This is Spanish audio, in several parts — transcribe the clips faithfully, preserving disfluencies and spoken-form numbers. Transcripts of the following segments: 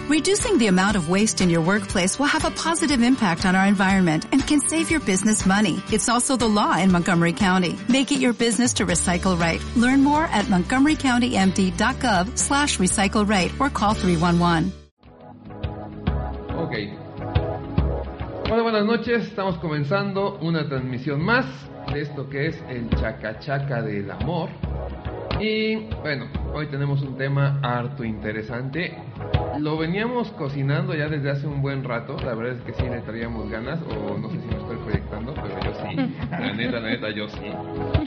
Reducing the amount of waste in your workplace will have a positive impact on our environment and can save your business money. It's also the law in Montgomery County. Make it your business to recycle right. Learn more at montgomery county m d dot gov slash recycle right or call three one one. Ok. Bueno, buenas noches. Estamos comenzando una transmisión más de esto que es el Chaca Chaca del Amor. Y bueno, hoy tenemos un tema harto interesante. Lo veníamos cocinando ya desde hace un buen rato. La verdad es que sí le traíamos ganas, o no sé si me estoy proyectando, pero yo sí. La neta, la neta, yo sí.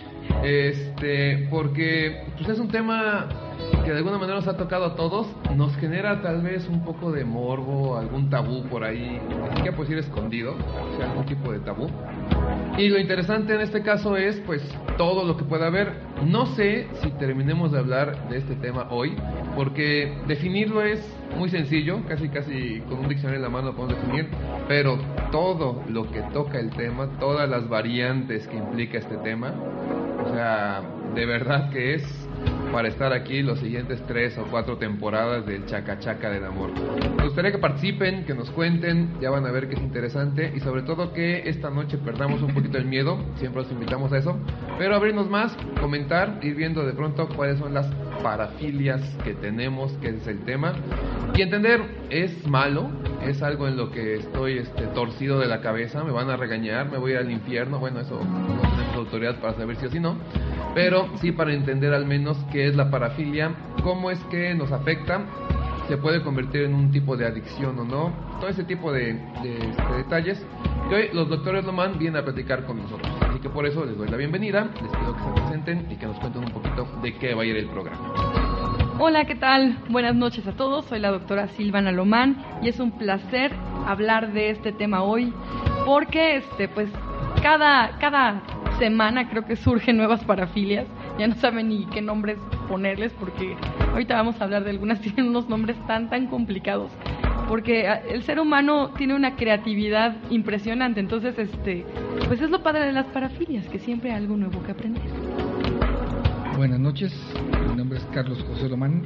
Este, porque pues es un tema que de alguna manera nos ha tocado a todos. Nos genera tal vez un poco de morbo, algún tabú por ahí, ni siquiera puedo decir escondido, o sea, algún tipo de tabú. Y lo interesante en este caso es pues todo lo que pueda haber. No sé si terminemos de hablar de este tema hoy, porque definirlo es muy sencillo, casi casi con un diccionario en la mano lo podemos definir, pero todo lo que toca el tema, todas las variantes que implica este tema, o sea, de verdad que es para estar aquí los siguientes tres o cuatro temporadas del Chaca Chaca del Amor. Me gustaría que participen, que nos cuenten, ya van a ver que es interesante, y sobre todo que esta noche perdamos un poquito el miedo, siempre los invitamos a eso, pero abrirnos más, comentar, ir viendo de pronto cuáles son las parafilias que tenemos, que es el tema, y entender, es malo, es algo en lo que estoy este, torcido de la cabeza, me van a regañar, me voy al infierno, bueno, eso no tenemos autoridad para saber si o si no, pero sí para entender al menos qué es la parafilia, cómo es que nos afecta, se puede convertir en un tipo de adicción o no, todo ese tipo de, de, de detalles que hoy los doctores Lomán vienen a platicar con nosotros. Así que por eso les doy la bienvenida, les pido que se presenten y que nos cuenten un poquito de qué va a ir el programa. Hola, ¿qué tal? Buenas noches a todos, soy la doctora Silvana Lomán y es un placer hablar de este tema hoy porque este pues cada, cada semana creo que surgen nuevas parafilias, ya no saben ni qué nombres ponerles porque ahorita vamos a hablar de algunas, tienen unos nombres tan tan complicados porque el ser humano tiene una creatividad impresionante, entonces este pues es lo padre de las parafilias, que siempre hay algo nuevo que aprender. Buenas noches, mi nombre es Carlos José Lomán,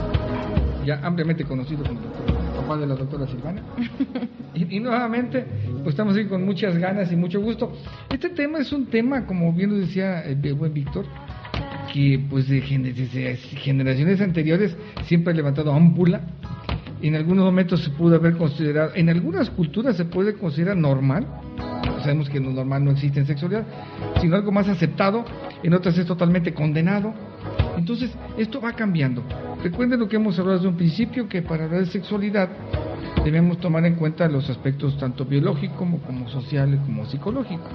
ya ampliamente conocido como doctor, papá de la doctora Silvana. y, y nuevamente, pues estamos aquí con muchas ganas y mucho gusto. Este tema es un tema, como bien lo decía el buen Víctor, que pues de generaciones anteriores siempre ha levantado ámpula. En algunos momentos se pudo haber considerado, en algunas culturas se puede considerar normal. Sabemos que lo normal no existe en sexualidad, sino algo más aceptado, en otras es totalmente condenado. Entonces, esto va cambiando. Recuerden lo que hemos hablado desde un principio, que para hablar de sexualidad debemos tomar en cuenta los aspectos tanto biológicos como, como sociales como psicológicos.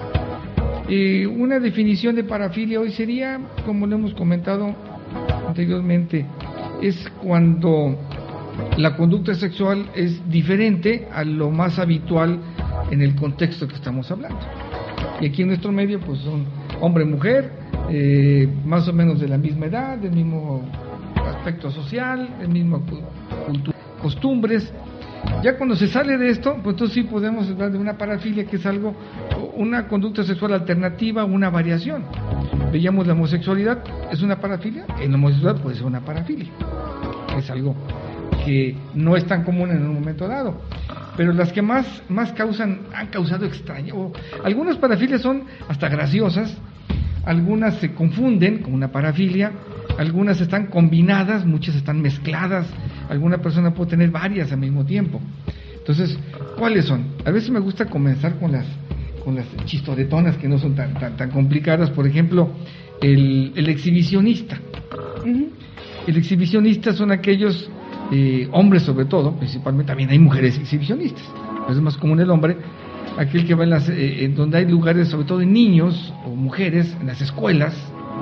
Eh, una definición de parafilia hoy sería, como lo hemos comentado anteriormente, es cuando la conducta sexual es diferente a lo más habitual en el contexto que estamos hablando. Y aquí en nuestro medio pues son hombre y mujer, eh, más o menos de la misma edad, del mismo aspecto social, el mismo cultura, costumbres. Ya cuando se sale de esto, pues entonces sí podemos hablar de una parafilia, que es algo, una conducta sexual alternativa, una variación. Veíamos la homosexualidad, ¿es una parafilia? En la homosexualidad puede ser una parafilia. Es algo que no es tan común en un momento dado. Pero las que más, más causan, han causado extraño, o algunas parafilias son hasta graciosas, algunas se confunden con una parafilia, algunas están combinadas, muchas están mezcladas, alguna persona puede tener varias al mismo tiempo. Entonces, ¿cuáles son? A veces me gusta comenzar con las, con las chistoretonas que no son tan, tan, tan complicadas. Por ejemplo, el, el exhibicionista. Uh-huh. El exhibicionista son aquellos Eh, hombres sobre todo, principalmente, también hay mujeres exhibicionistas, pero es más común el hombre, aquel que va en las, eh, en donde hay lugares, sobre todo en niños o mujeres, en las escuelas,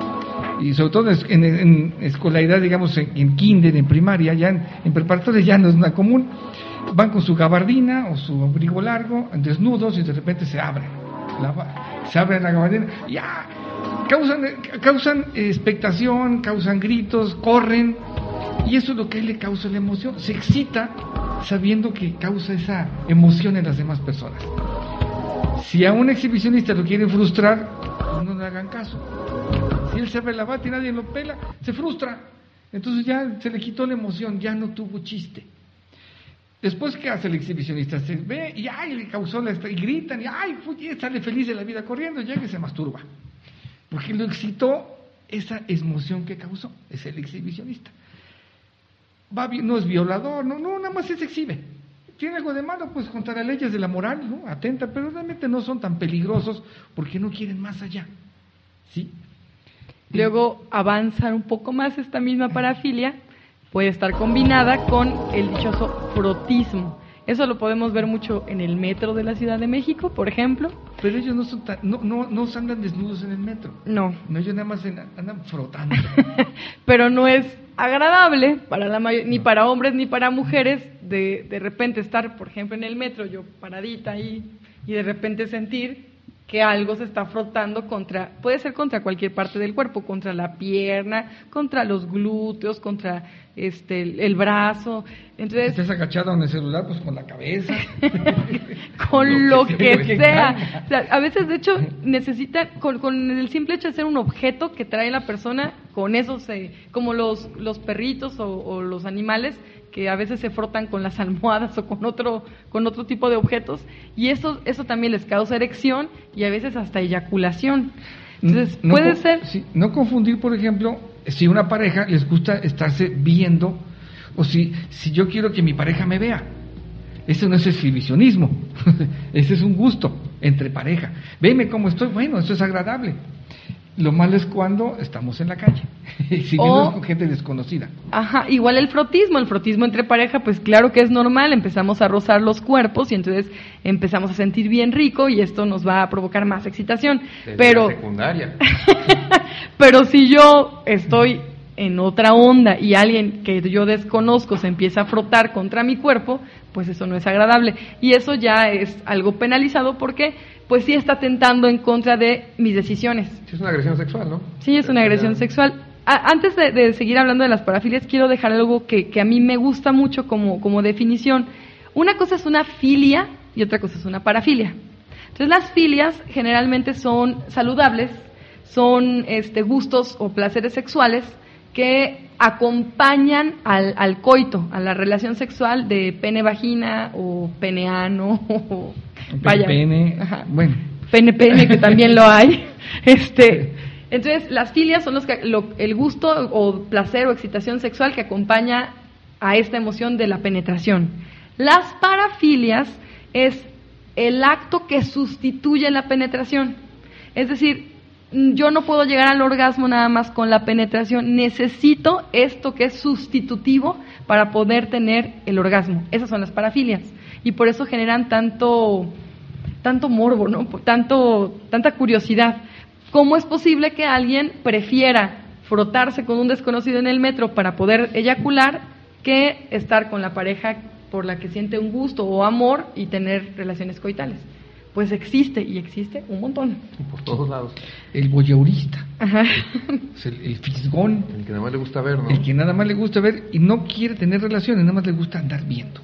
y sobre todo en, en, en escolaridad, digamos, en, en kinder, en primaria, ya en, en preparatoria ya no es nada común, van con su gabardina o su abrigo largo, desnudos, y de repente se abren, la, se abren la gabardina, y ¡ah! causan, causan expectación, causan gritos, corren. Y eso es lo que a él le causa la emoción. Se excita sabiendo que causa esa emoción en las demás personas. Si a un exhibicionista lo quieren frustrar, pues no le hagan caso. Si él se abre la bata y nadie lo pela, se frustra. Entonces ya se le quitó la emoción, ya no tuvo chiste. Después, ¿qué hace el exhibicionista? Se ve y ¡ay! Le causó la y gritan y ¡ay! Y sale feliz de la vida corriendo, llega y se masturba. Porque lo excitó esa emoción que causó, es el exhibicionista. Va, no es violador, no, no, nada más se exhibe. ¿Tiene algo de malo? Pues contra las leyes de la moral, ¿no? Atenta, pero realmente no son tan peligrosos porque no quieren más allá. ¿Sí? Luego avanzar un poco más esta misma parafilia puede estar combinada con el dichoso frotismo. Eso lo podemos ver mucho en el metro de la Ciudad de México, por ejemplo. Pero ellos no son tan, no, no, no andan desnudos en el metro. No. No, ellos nada más en, andan frotando. Pero no es agradable para la mayor, ni para hombres ni para mujeres de, de repente estar, por ejemplo, en el metro, yo paradita ahí, y de repente sentir que algo se está frotando contra, puede ser contra cualquier parte del cuerpo, contra la pierna, contra los glúteos, contra este el, el brazo. Entonces, si estás agachado en el celular, pues con la cabeza. con lo, lo que, que, que sea. O sea. A veces, de hecho, necesitan, con, con el simple hecho de ser un objeto que trae la persona, con eso se, como los, los perritos o, o los animales, que a veces se frotan con las almohadas o con otro con otro tipo de objetos, y eso eso también les causa erección y a veces hasta eyaculación. Entonces, no, puede no, ser... Sí, no confundir, por ejemplo, si una pareja les gusta estarse viendo, o si, si yo quiero que mi pareja me vea. Eso no es exhibicionismo, ese es un gusto entre pareja. Veme cómo estoy, bueno, eso es agradable. Lo malo es cuando estamos en la calle, exhibiendo con gente desconocida. Ajá, igual el frotismo, el frotismo entre pareja, pues claro que es normal, empezamos a rozar los cuerpos y entonces empezamos a sentir bien rico y esto nos va a provocar más excitación. Desde pero la secundaria. Pero si yo estoy en otra onda y alguien que yo desconozco se empieza a frotar contra mi cuerpo, pues eso no es agradable. Y eso ya es algo penalizado porque pues sí está atentando en contra de mis decisiones. Sí, es una agresión sexual, ¿no? Sí, es una agresión sexual. A, antes de, de seguir hablando de las parafilias, quiero dejar algo que, que a mí me gusta mucho como, como definición. Una cosa es una filia y otra cosa es una parafilia. Entonces las filias generalmente son saludables, son este, gustos o placeres sexuales que acompañan al, al coito, a la relación sexual de pene-vagina o pene-ano o vaya, pene, ajá, bueno, pene-pene que también lo hay. Este, entonces las filias son los que, lo, el gusto o placer o excitación sexual que acompaña a esta emoción de la penetración. Las parafilias es el acto que sustituye la penetración, es decir, yo no puedo llegar al orgasmo nada más con la penetración, necesito esto que es sustitutivo para poder tener el orgasmo. Esas son las parafilias y por eso generan tanto tanto morbo, ¿no? Tanto tanta curiosidad. ¿Cómo es posible que alguien prefiera frotarse con un desconocido en el metro para poder eyacular que estar con la pareja por la que siente un gusto o amor y tener relaciones coitales? Pues existe, y existe un montón. Y por todos lados. El voyeurista. Ajá. Es el, el fisgón. El que nada más le gusta ver, ¿no? El que nada más le gusta ver y no quiere tener relaciones, nada más le gusta andar viendo.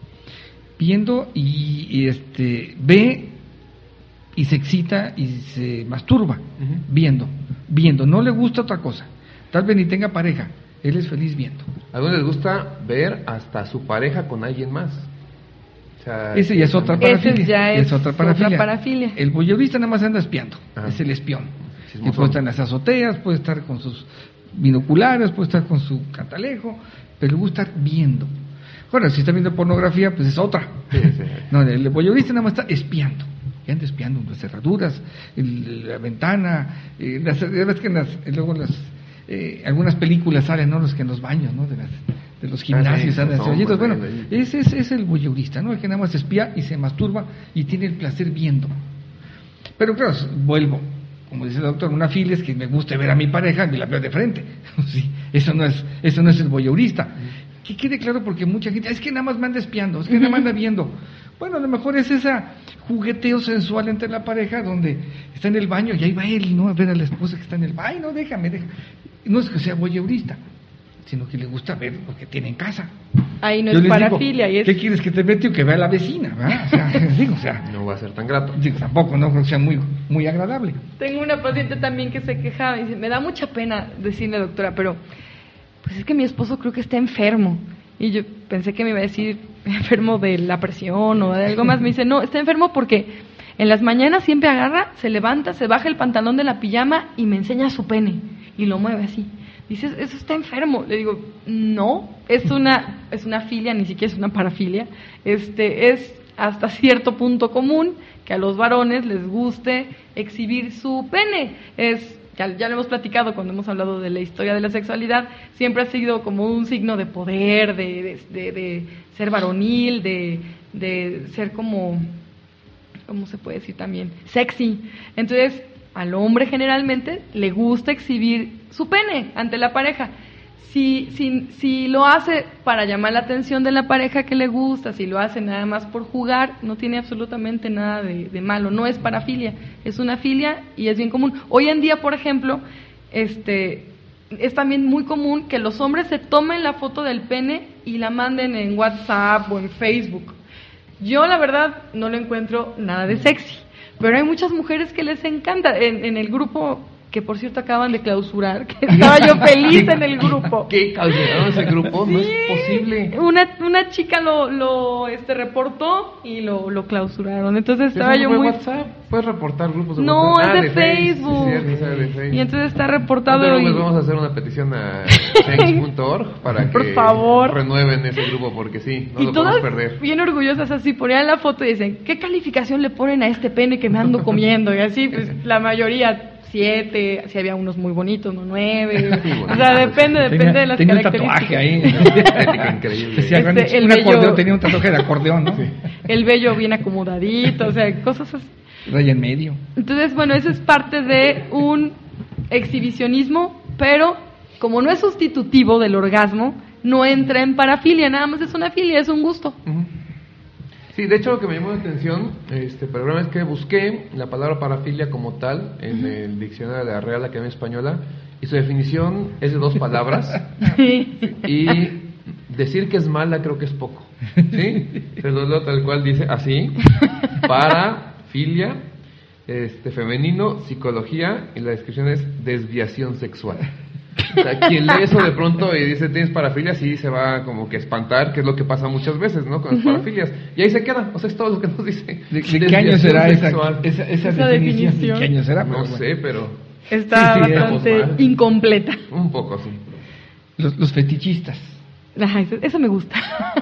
Viendo y, y este ve y se excita y se masturba. Uh-huh. Viendo, viendo. No le gusta otra cosa. Tal vez ni tenga pareja. Él es feliz viendo. A algunos les gusta ver hasta su pareja con alguien más. Ese ya es otra parafilia. Ese ya es, es otra parafilia. otra parafilia. El voyeurista nada más anda espiando. Ajá. Es el espión. Sí, y puede estar en las azoteas, puede estar con sus binoculares, puede estar con su catalejo, pero le gusta estar viendo. Bueno, si está viendo pornografía, pues es otra. Sí, sí. No, el voyeurista nada más está espiando. Y anda espiando las cerraduras, el, la ventana, eh, las, ya ves que en las, luego las, eh, algunas películas salen, ¿no? Los que en los baños, ¿no? De las de los gimnasios, ah, sí, andan no, bueno, ese es, es el voyeurista, ¿no? El que nada más espía y se masturba y tiene el placer viendo. Pero claro, vuelvo, como dice el doctor, una filia es que me guste ver a mi pareja y me la veo de frente. Sí, eso no es, eso no es el voyeurista. Que quede claro porque mucha gente, es que nada más me anda espiando, es que nada más anda viendo. Bueno, a lo mejor es ese jugueteo sensual entre la pareja donde está en el baño y ahí va él, ¿no? A ver a la esposa que está en el baño, no, déjame, déjame. No es que sea voyeurista, sino que le gusta ver lo que tiene en casa. Ahí no Yo es parafilia. Digo, y es... ¿qué quieres que te mete o que vea a la vecina? ¿verdad? O sea, digo, o sea, no va a ser tan grato. Digo, tampoco, no creo que sea muy, muy agradable. Tengo una paciente también que se quejaba y dice, me da mucha pena decirle, doctora, pero pues es que mi esposo creo que está enfermo Y yo pensé que me iba a decir enfermo de la presión o de algo más. Me dice, no, está enfermo porque en las mañanas siempre agarra, se levanta, se baja el pantalón de la pijama y me enseña su pene y lo mueve así. Dices, eso está enfermo. Le digo, no, es una es una filia, ni siquiera es una parafilia. Este es hasta cierto punto común que a los varones les guste exhibir su pene. Es Ya, ya lo hemos platicado cuando hemos hablado de la historia de la sexualidad, siempre ha sido como un signo de poder, de, de, de, de ser varonil, de, de ser como, ¿cómo se puede decir también? Sexy. Entonces, al hombre generalmente le gusta exhibir su pene ante la pareja. Si, si, si lo hace para llamar la atención de la pareja que le gusta, si lo hace nada más por jugar, no tiene absolutamente nada de, de malo, no es parafilia, es una filia y es bien común. Hoy en día, por ejemplo, este, es también muy común que los hombres se tomen la foto del pene y la manden en WhatsApp o en Facebook. Yo, la verdad, no le encuentro nada de sexy, pero hay muchas mujeres que les encanta. En, en el grupo, que por cierto acaban de clausurar, que estaba yo feliz en el grupo. ¿Qué clausuraron ese grupo? Sí, no es posible. Una una chica lo lo este reportó y lo lo clausuraron. Entonces estaba ¿Eso yo fue muy WhatsApp? ¿Puedes reportar grupos de No, WhatsApp? es Ah, de Facebook. Sí, cierto, es de Facebook. Y entonces está reportado. Pero pues y... vamos a hacer una petición a change punto org para que Por favor. renueven ese grupo porque sí, no y lo todas podemos perder. bien orgullosas así ponían la foto y dicen, ¿qué calificación le ponen a este pene que me ando comiendo? Y así, pues la mayoría siete, si había unos muy bonitos, no nueve. Sí, o sea, depende, depende tenía, de las tenía características. Tenía un tatuaje ahí. Estética increíble. Decía, Este, el un vello- acordeón, tenía un tatuaje de acordeón, ¿no? Sí. El vello bien acomodadito, o sea, cosas así. Raya en medio. Entonces, bueno, eso es parte de un exhibicionismo, pero como no es sustitutivo del orgasmo, no entra en parafilia, nada más es una filia, es un gusto. Ujú. Sí, de hecho lo que me llamó la atención este programa es que busqué la palabra parafilia como tal en uh-huh. el diccionario de la Real Academia Española y su definición es de dos palabras Sí. y decir que es mala creo que es poco, ¿sí? Se lo leo tal cual dice así, parafilia, este femenino, psicología y la descripción es desviación sexual. O sea, quien lee eso de pronto y dice tienes parafilia, sí se va como que espantar, que es lo que pasa muchas veces, ¿no? Con las uh-huh. parafilias. Y ahí se queda, o sea, es todo lo que nos dice. ¿De, de qué año será esa, esa, esa, esa definición? definición? ¿De qué año será? No Pero sé, bueno. pero... Está Sí, sí, bastante incompleta. Un poco, sí. Los, los fetichistas. Ajá, eso, eso me gusta.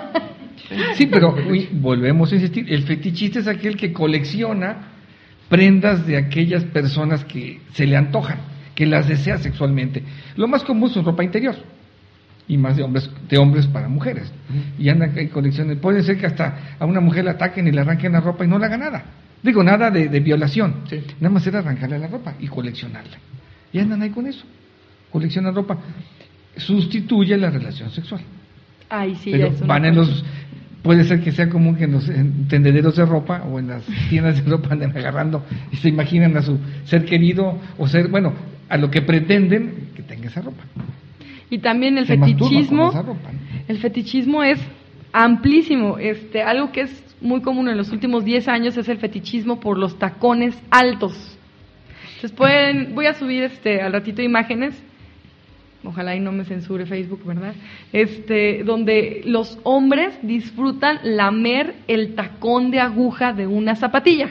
Sí, pero uy, volvemos a insistir, el fetichista es aquel que colecciona prendas de aquellas personas que se le antojan, que las desea sexualmente. Lo más común es ropa interior, y más de hombres de hombres para mujeres. Y andan ahí coleccionando. Puede ser que hasta a una mujer la ataquen y le arranquen la ropa y no le haga nada. Digo, nada de, de violación. Sí. Nada más era arrancarle la ropa y coleccionarla. Y andan ahí con eso. Coleccionan ropa. Sustituye la relación sexual. Ay, sí, Pero ya es una van en cosa. los... Puede ser que sea común que en los en tendederos de ropa o en las tiendas de ropa anden agarrando y se imaginan a su ser querido o ser, bueno, a lo que pretenden que tenga esa ropa. Y también el Se masturba fetichismo, con esa ropa, ¿no? el fetichismo es amplísimo. Este, algo que es muy común en los últimos diez años es el fetichismo por los tacones altos. Entonces pueden, voy a subir este al ratito imágenes. Ojalá y no me censure Facebook, ¿verdad? Este, donde los hombres disfrutan lamer el tacón de aguja de una zapatilla.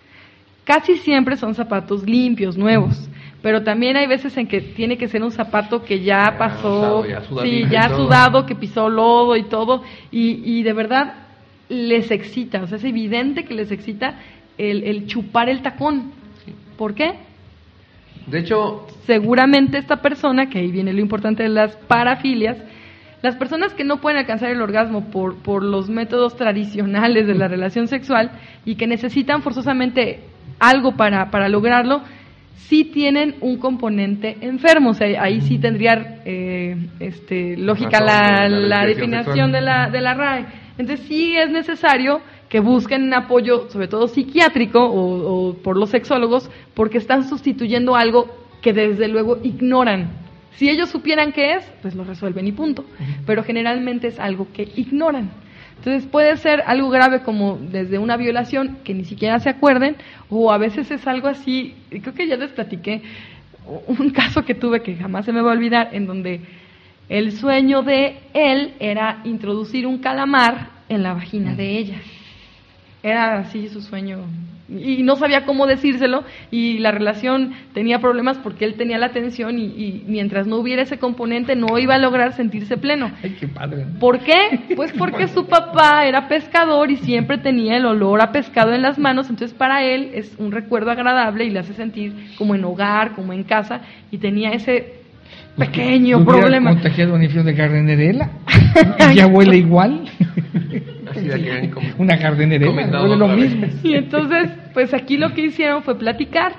Casi siempre son zapatos limpios, nuevos, pero también hay veces en que tiene que ser un zapato que ya, Ya pasó, usado, ya sudadito sí, y ya todo. sudado, que pisó lodo y todo, y, y de verdad les excita, o sea, es evidente que les excita el, el chupar el tacón. ¿Por qué? De hecho, Seguramente esta persona, que ahí viene lo importante de las parafilias, las personas que no pueden alcanzar el orgasmo por, por los métodos tradicionales de la relación sexual y que necesitan forzosamente algo para, para lograrlo, sí tienen un componente enfermo. O sea, ahí sí tendría eh, este, lógica Razón, la, la la desviación definición sexual. de la, de la R A E. Entonces sí es necesario que busquen un apoyo, sobre todo psiquiátrico o, o por los sexólogos, porque están sustituyendo algo que desde luego ignoran. Si ellos supieran qué es, pues lo resuelven y punto. Pero generalmente es algo que ignoran. Entonces puede ser algo grave como desde una violación que ni siquiera se acuerden, o a veces es algo así, creo que ya les platiqué un caso que tuve que jamás se me va a olvidar, en donde el sueño de él era introducir un calamar en la vagina de ella. Era así su sueño. Y no sabía cómo decírselo, y la relación tenía problemas porque él tenía la tensión y, y mientras no hubiera ese componente no iba a lograr sentirse pleno. Ay, qué padre. ¿Por qué? Pues porque su papá era pescador y siempre tenía el olor a pescado en las manos, entonces para él es un recuerdo agradable y le hace sentir como en hogar, como en casa, y tenía ese pequeño ¿Hubiera problema. contagiado una infección de gardenerela? ¿Y ya huele igual? Así de que como- Una gardenerela, comentado huele lo otra vez. mismo. Y entonces, pues aquí lo que hicieron fue platicar.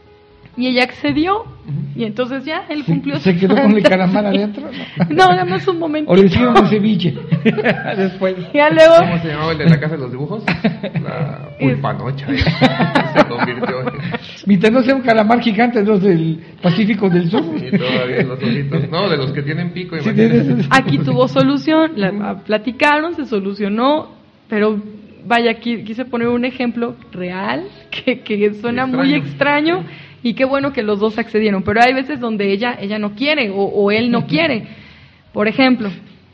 Y ella accedió. Y entonces ya, él cumplió ¿Se su quedó con el fantasía. calamar adentro? No, nada más un momento. ¿O le hicieron un ceviche? Después. Ya luego, ¿Cómo se llamaba el de la casa de los dibujos? La pulpanocha. ¿eh? Se convirtió en... Mientras no sea un calamar gigante, los del Pacífico del Sur. Y todavía los ojitos. No, de los que tienen pico. Sí, imagínate. de esos. aquí tuvo solución, la, platicaron, se solucionó, pero vaya, aquí quise poner un ejemplo real, que, que suena Extraño. muy extraño, y qué bueno que los dos accedieron, pero hay veces donde ella, ella no quiere, o, o él no quiere. Por ejemplo,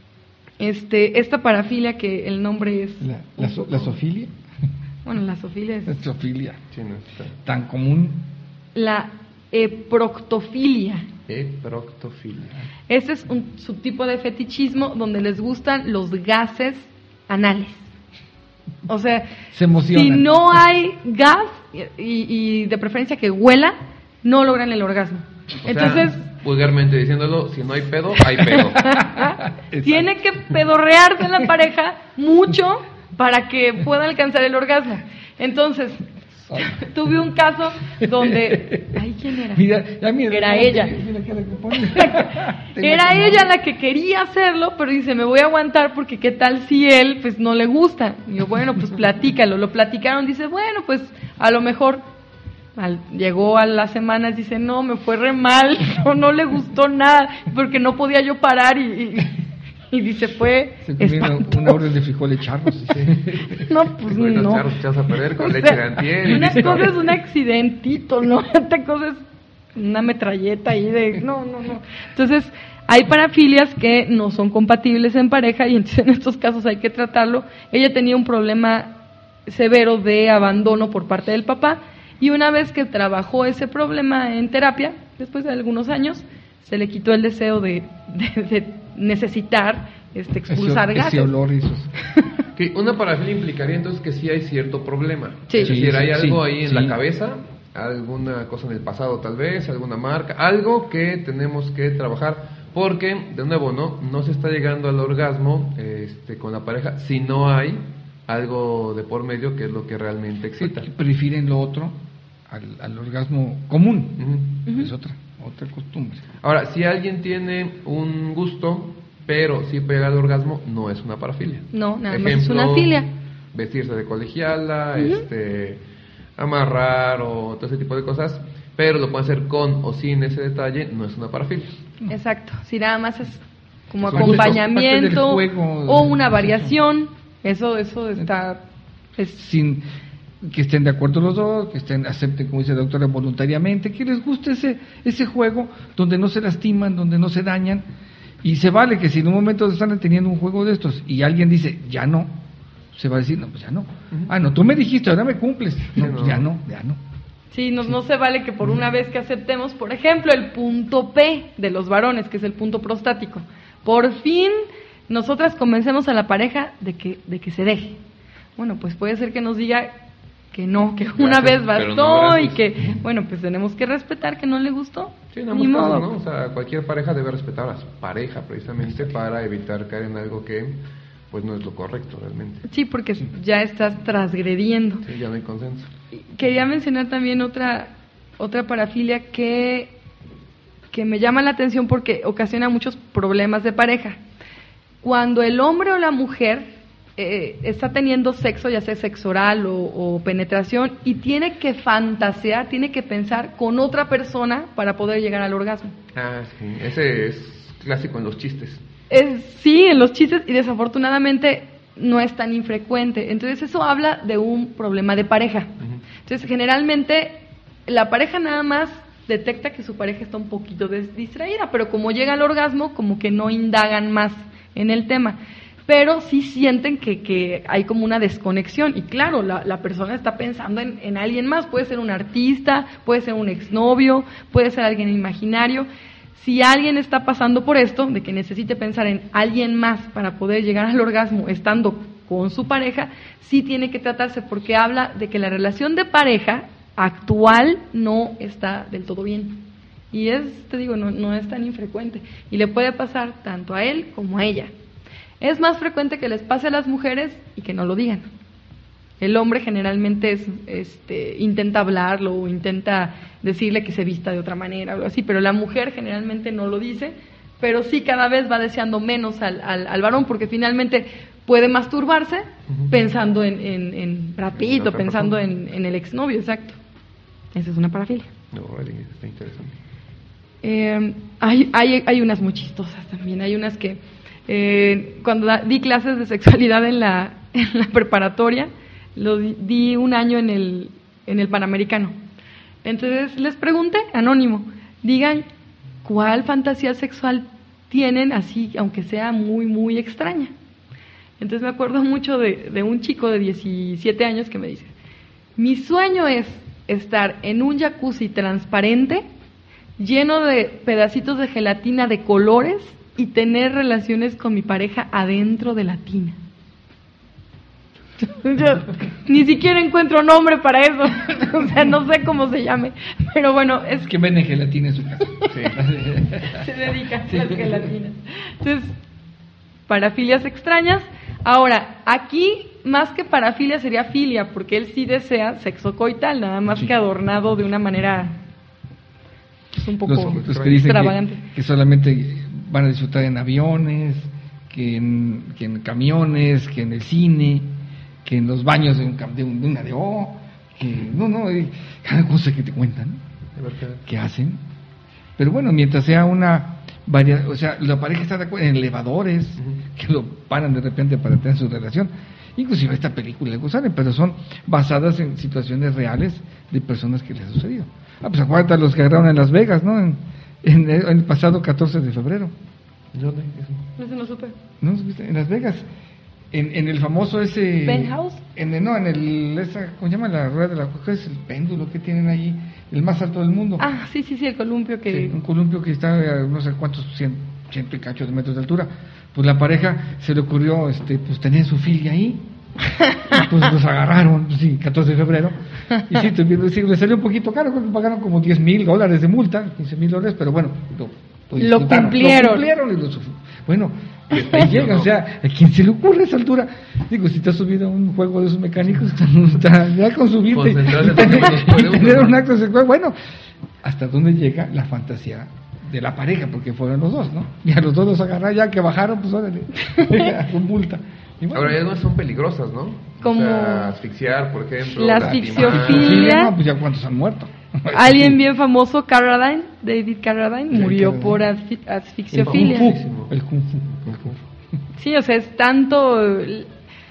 este, esta parafilia que el nombre es, La, la, so- la sofilia. bueno, la sofilia es La sofilia. Sí, no, está. Tan común. la eproctofilia. Eproctofilia. Este es un subtipo de fetichismo donde les gustan los gases anales. O sea, Se emocionan. si no hay gas y, y de preferencia que huela, no logran el orgasmo. O Entonces, sea, vulgarmente diciéndolo, si no hay pedo, hay pedo. tiene que pedorrearse la pareja mucho para que pueda alcanzar el orgasmo. Entonces, tuve un caso donde... Ay, ¿quién era? Mira, ya mira, Era mira, ella. mira la cara que pone. Era ella la que quería hacerlo, pero dice, me voy a aguantar porque qué tal si él, pues, no le gusta. Y yo, bueno, pues, platícalo. Lo platicaron, dice, bueno, pues, a lo mejor... Al, llegó a las semanas, dice, no, me fue re mal, no, no le gustó nada, porque no podía yo parar y... y y dice, fue Se comieron espantoso. una orden de frijoles charros. Sí. No, pues Con los no. charros echas a perder con O leche sea, de antier y una listo. cosa es un accidentito, ¿no? Otra cosa es una metralleta ahí de... No, no, no. Entonces, hay parafilias que no son compatibles en pareja y entonces en estos casos hay que tratarlo. Ella tenía un problema severo de abandono por parte del papá y una vez que trabajó ese problema en terapia, después de algunos años, se le quitó el deseo de, de, de necesitar este, expulsar ese, gases. ese olor y esos. Que una parafilia implicaría entonces que sí hay cierto problema. Sí. Es decir, Sí, hay sí, algo sí, ahí en sí. la cabeza, alguna cosa en el pasado tal vez, alguna marca, algo que tenemos que trabajar, porque, de nuevo, no no se está llegando al orgasmo este, con la pareja si no hay algo de por medio que es lo que realmente excita. Prefieren lo otro al, al orgasmo común. Ujú. Ujú. Es otra, otra costumbre. Ahora, si alguien tiene un gusto, pero sí pega al orgasmo, no es una parafilia. No, nada más es una filia. Vestirse de colegiala, Ujú. este, amarrar o todo ese tipo de cosas, pero lo pueden hacer con o sin ese detalle, no es una parafilia. Exacto, si nada más es como Es un gusto, acompañamiento parte del juego, o una eso. variación, eso eso está es, Sin que estén de acuerdo los dos, que estén acepten, como dice la doctora, voluntariamente, que les guste ese ese juego donde no se lastiman, donde no se dañan. Y se vale que si en un momento están teniendo un juego de estos y alguien dice, ya no, se va a decir, no, pues ya no. Ah, no, tú me dijiste, ahora me cumples. No, Sí, pues no. ya no, ya no. sí, no, no se vale que por una vez que aceptemos, por ejemplo, el punto P de los varones, que es el punto prostático. Por fin nosotras convencemos a la pareja de que de que se deje. Bueno, pues puede ser que nos diga que no, que una Gracias, vez pero bastó no y gracias. que, bueno, pues tenemos que respetar que no le gustó. Sí, en Ni ambos modo. casos, ¿no? O sea, cualquier pareja debe respetar a su pareja precisamente para evitar caer en algo que pues no es lo correcto realmente. Sí, porque ya estás transgrediendo. Sí, ya no hay consenso. Quería mencionar también otra otra parafilia que que me llama la atención porque ocasiona muchos problemas de pareja. Cuando el hombre o la mujer eh, está teniendo sexo, ya sea sexo oral o, o penetración, y tiene que fantasear, tiene que pensar con otra persona para poder llegar al orgasmo. Ah, sí, ese es clásico en los chistes. Es, sí, en los chistes, y desafortunadamente no es tan infrecuente. Entonces eso habla de un problema de pareja. Ujú. Entonces generalmente la pareja nada más detecta que su pareja está un poquito des- distraída, pero como llega al orgasmo, como que no indagan más en el tema. Pero sí sienten que, que hay como una desconexión. Y claro, la, la persona está pensando en, en alguien más. Puede ser un artista, puede ser un exnovio, puede ser alguien imaginario. Si alguien está pasando por esto, de que necesite pensar en alguien más para poder llegar al orgasmo estando con su pareja, sí tiene que tratarse, porque habla de que la relación de pareja actual no está del todo bien. Y es, te digo, no, no es tan infrecuente. Y le puede pasar tanto a él como a ella. Es más frecuente que les pase a las mujeres y que no lo digan. El hombre generalmente es, este, intenta hablarlo o intenta decirle que se vista de otra manera o algo así, pero la mujer generalmente no lo dice, pero sí cada vez va deseando menos al, al, al varón, porque finalmente puede masturbarse uh-huh. pensando en, en, en Brad Pitt o pensando en, en el exnovio, exacto. Esa es una parafilia. No, vale, está interesante. Eh, hay, hay, hay unas muy chistosas también, hay unas que... Eh, cuando da, di clases de sexualidad en la, en la preparatoria, lo di, di un año en el, en el Panamericano. Entonces les pregunté, anónimo, digan cuál fantasía sexual tienen, así, aunque sea muy, muy extraña. Entonces me acuerdo mucho de, de un chico de diecisiete años que me dice, mi sueño es estar en un jacuzzi transparente, lleno de pedacitos de gelatina de colores, y tener relaciones con mi pareja adentro de la tina. Yo ni siquiera encuentro nombre para eso. O sea, no sé cómo se llame. Pero bueno, es... es que venden gelatina en su casa. Sí. Se dedica sí. a las gelatinas. Entonces, parafilias extrañas. Ahora, aquí, más que parafilia, sería filia, porque él sí desea sexo coital, nada más sí. que adornado de una manera pues, un poco los, los que dicen extravagante. Que, que solamente van a disfrutar en aviones, que en, que en camiones, que en el cine, que en los baños de, un, de, un, de una D O, que no, no, cada cosa que te cuentan, que hacen. Pero bueno, mientras sea una varia, o sea, la pareja está de acuerdo en elevadores, uh-huh. que lo paran de repente para tener su relación. Inclusive esta película de Gusane, pero son basadas en situaciones reales de personas que les ha sucedido. Ah, pues acuérdate los que agarraron en Las Vegas, ¿no? En, En el, en el pasado catorce de febrero. ¿Dónde? No se lo supe. ¿No supiste? En Las Vegas. En, en el famoso ese... ¿Penthouse? En el, no, en el... Esa, ¿cómo se llama? La rueda de la... ¿Qué es el péndulo que tienen allí? El más alto del mundo. Ah, sí, sí, sí, el columpio que... Sí, un columpio que está a no sé cuántos, cien, ciento y cacho de metros de altura. Pues la pareja se le ocurrió, este, pues tener su filia ahí. Y pues los agarraron, sí, catorce de febrero. Y sí, tuvieron, sí, le salió un poquito caro, creo que pagaron como diez mil dólares de multa, quince mil dólares, pero bueno, lo, lo, lo cumplieron. Lo cumplieron y lo bueno, ahí llega, o sea, ¿a quién se le ocurre a esa altura? Digo, si te has subido a un juego de esos mecánicos, está, ya con subirte y tener, y tener un acto sexual, bueno, ¿hasta dónde llega la fantasía de la pareja? Porque fueron los dos, ¿no? Y a los dos los agarraron, ya que bajaron, pues órale, con multa. Bueno, ahora ya no son peligrosas, ¿no? Como o sea, asfixiar, por ejemplo. la asfixiofilia. No, pues ya cuántos han muerto. Alguien bien famoso, Carradine, David Carradine, sí, murió Carradine. por asfi- asfixiofilia. El kung fu. El kung fu. El kung fu. Sí, o sea, es tanto el,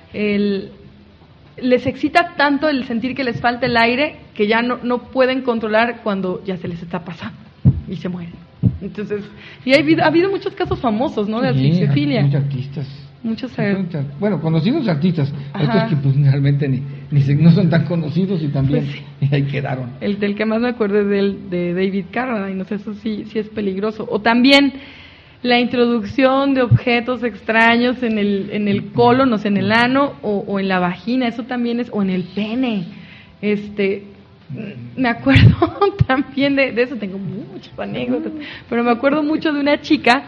el les excita tanto el sentir que les falta el aire que ya no, no pueden controlar cuando ya se les está pasando y se mueren. Entonces, y hay, ha habido muchos casos famosos, ¿no? De asfixiofilia. Muchos artistas. Muchos sí, bueno, conocidos artistas, otros que pues realmente ni, ni se, no son tan conocidos y también pues sí. ahí quedaron. El del que más me acuerdo es del de David Carradine, no sé, eso sí, sí es peligroso. O también la introducción de objetos extraños en el en el colon, o sea, en el ano o, o en la vagina, eso también es, o en el pene. Este, me acuerdo también de, de eso, tengo muchas anécdotas, pero me acuerdo mucho de una chica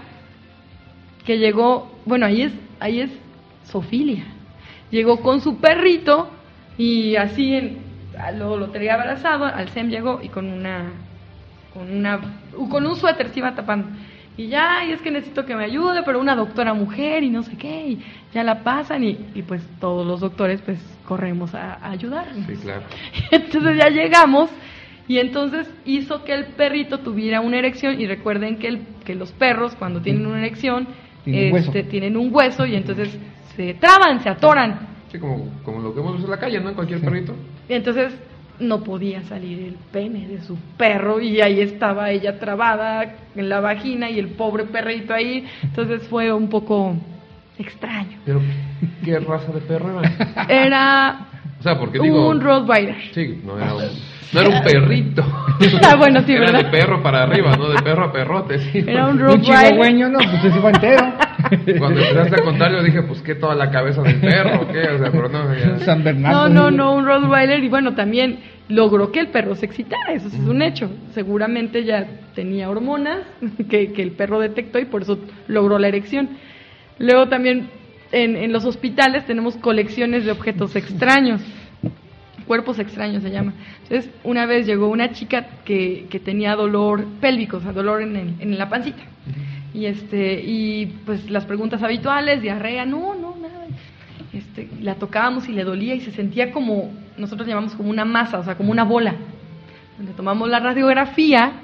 que llegó, bueno, ahí es ahí es zoofilia. Llegó con su perrito y así en, lo, lo traía abrazado, al S E M llegó y con una con una con un suéter se iba tapando. Y ya, y es que necesito que me ayude, pero una doctora mujer y no sé qué, y ya la pasan y, y pues todos los doctores pues corremos a, a ayudarnos. Sí, claro. Entonces ya llegamos y entonces hizo que el perrito tuviera una erección y recuerden que el que los perros cuando tienen una erección Tienen, este, tienen un hueso y entonces se traban, se atoran. Sí, como, como lo que hemos visto en la calle, ¿no? En cualquier sí. perrito. Y entonces no podía salir el pene de su perro y ahí estaba ella trabada en la vagina y el pobre perrito ahí. Entonces fue un poco extraño. ¿Pero qué raza de perro era? Era o sea, porque digo, un Rottweiler. Sí, no era un, no era un perrito. Ah, bueno, sí, era ¿verdad? de perro para arriba, no de perro a perrote. Sí. Era un Un Rottweiler. chihuahueño, no, pues ese va entero. Cuando empezaste a contar, yo dije, pues, ¿qué toda la cabeza del perro? ¿Qué? O sea, pero no, ya. San Bernardo. No, no, no, un Rottweiler. Y bueno, también logró que el perro se excitara, eso sí es un hecho. Seguramente ya tenía hormonas que, que el perro detectó y por eso logró la erección. Luego también en, en los hospitales tenemos colecciones de objetos extraños. Cuerpos extraños se llama. Entonces, una vez llegó una chica que, que tenía dolor pélvico, o sea, dolor en, el, en la pancita. Y este y pues las preguntas habituales, diarrea, no, no, nada. Este, la tocábamos y le dolía y se sentía como, nosotros llamamos como una masa, o sea, como una bola. Le tomamos la radiografía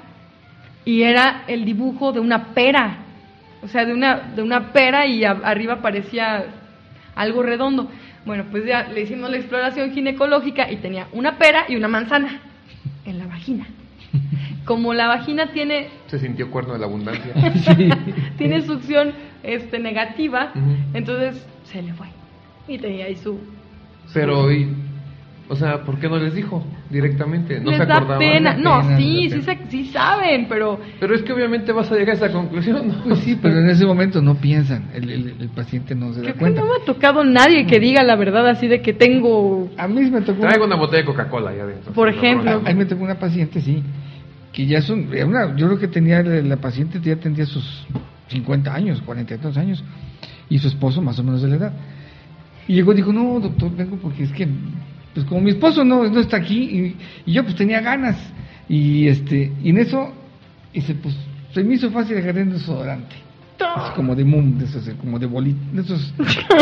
y era el dibujo de una pera, o sea, de una de una pera y a, arriba parecía algo redondo. Bueno, pues ya le hicimos la exploración ginecológica y tenía una pera y una manzana en la vagina. Como la vagina tiene... Se sintió cuerno de la abundancia. Sí. tiene succión este, negativa, Uh-huh. entonces se le fue. Y tenía ahí su... Pero, y, o sea, ¿por qué no les dijo directamente? ¿No les se da acordaban? pena. Les da No, pena, sí, les sí, da se- sí saben, pero... Pero es que obviamente vas a llegar a esa conclusión, ¿no? Pues sí, pero en ese momento no piensan, el, el, el paciente no se da Creo que cuenta. no me ha tocado nadie que diga la verdad así de que tengo... A mí me tocó... Traigo una botella de Coca-Cola allá adentro. Por Sí, ejemplo. no, no, A mí me tocó una paciente, sí, que ya son, era una, yo creo que tenía, la paciente ya tendría sus cincuenta años, cuarenta y dos años, y su esposo más o menos de la edad. Y llegó y dijo, no, doctor, vengo porque es que, pues como mi esposo no, no está aquí, y, y yo pues tenía ganas, y este, y en eso, y se, pues, se me hizo fácil agarrar un desodorante, así como de mum, de esos, como de bolita, de esos,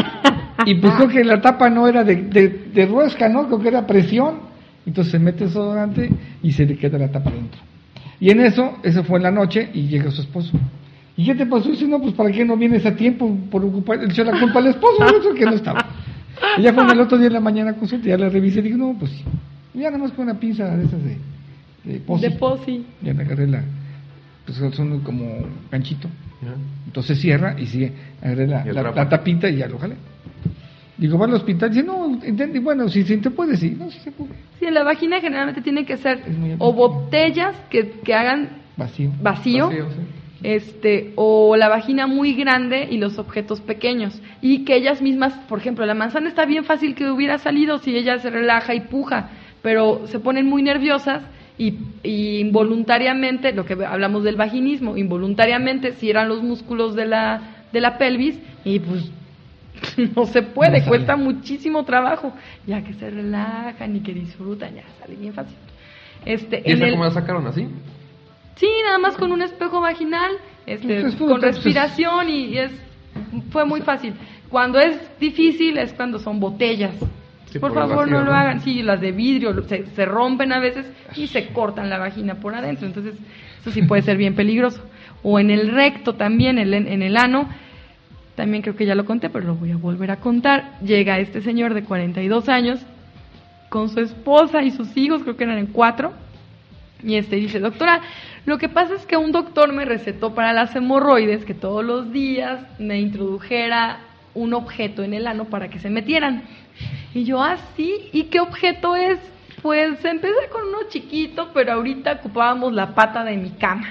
y pues creo que la tapa no era de, de, de rosca, ¿no? Creo que era presión, entonces se mete el desodorante y se le queda la tapa dentro. Y en eso, eso fue en la noche y llega su esposo. ¿Y qué te pasó? Dice, no, pues ¿para qué no vienes a tiempo? Por ocupar, le echó la culpa al esposo, eso que no estaba. Y ya fue el otro día en la mañana a consulta, ya la revisé y digo, no, pues ya nada más con una pinza de esas de, de posi. De posi. Ya le agarré la, pues son como ganchito. Ya. Entonces cierra y sigue, agarré la, Y la, atrapa. la tapita y ya lo jalé. Digo, va al hospital, dice, no, entendí, bueno, si se te puede, sí, no, si se puede. Sí, en la vagina generalmente tienen que ser Es muy o apetecible. botellas que, que hagan Vacío. vacío, Vacío, sí. este, o la vagina muy grande y los objetos pequeños. Y que ellas mismas, por ejemplo, la manzana está bien fácil que hubiera salido si ella se relaja y puja, pero se ponen muy nerviosas y, y involuntariamente, lo que hablamos del vaginismo, involuntariamente cierran los músculos de la, de la pelvis y pues no se puede, No sale. cuesta muchísimo trabajo, ya que se relajan y que disfrutan, ya sale bien fácil. Este, ¿Y en esa el- cómo la sacaron así? Sí, nada más con un espejo vaginal, este, Pues es puro con texto. respiración y, y es fue muy fácil. Cuando es difícil es cuando son botellas. Sí, por por el favor, vacío, no lo ¿no? hagan. Sí, las de vidrio lo- se, se rompen a veces y se cortan la vagina por adentro. Entonces, eso sí puede ser bien peligroso. O en el recto también, en el, en el ano. También creo que ya lo conté, pero lo voy a volver a contar. Llega este señor de cuarenta y dos años con su esposa y sus hijos, creo que eran en cuatro. Y este dice, doctora, lo que pasa es que un doctor me recetó para las hemorroides que todos los días me introdujera un objeto en el ano para que se metieran. Y yo, ah, sí, ¿y qué objeto es? Pues empecé con uno chiquito, pero ahorita ocupábamos la pata de mi cama.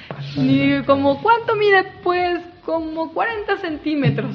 Y como, ¿cuánto mide? Pues como cuarenta centímetros.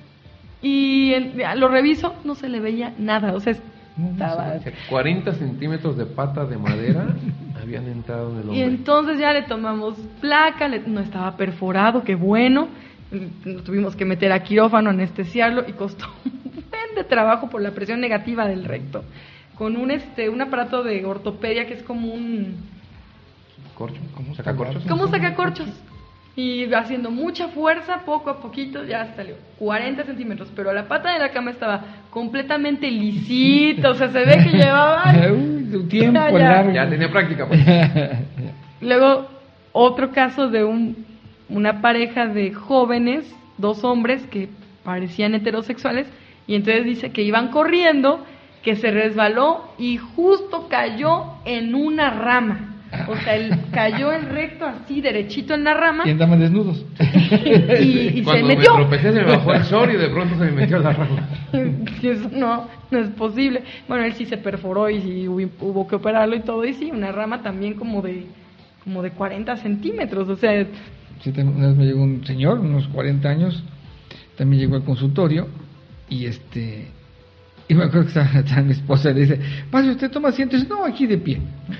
Y en- lo reviso, no se le veía nada, o sea, estaba... O sea, cuarenta centímetros de pata de madera habían entrado en el hombre. Y entonces ya le tomamos placa, le- no estaba perforado, qué bueno. Lo tuvimos que meter a quirófano, anestesiarlo y costó un buen de trabajo por la presión negativa del recto. Con un este un aparato de ortopedia que es como un ¿Corcho? ¿Cómo ¿Sacacorchos? está? como sacacorchos. Y haciendo mucha fuerza, poco a poquito ya salió. cuarenta centímetros, pero la pata de la cama estaba completamente lisita, o sea, se ve que llevaba... Uy, su tiempo Ya, ya. largo. Ya tenía práctica, pues. Luego, otro caso de un, una pareja de jóvenes, dos hombres que parecían heterosexuales, y entonces dice que iban corriendo, que se resbaló y justo cayó en una rama. O sea, él cayó en recto así, derechito en la rama. Y andaban desnudos. Y, y Cuando se metió. me tropecé se me bajó el short y de pronto se me metió la rama. Eso no, no es posible. Bueno, él sí se perforó y sí hubo, hubo que operarlo y todo. Y sí, una rama también como de como de cuarenta centímetros. O sea... Sí, una vez me llegó un señor, unos cuarenta años, también llegó al consultorio y este... Y me acuerdo que estaba, estaba mi esposa y le dice, pase, ¿usted toma asiento? Y dice, no, aquí de pie.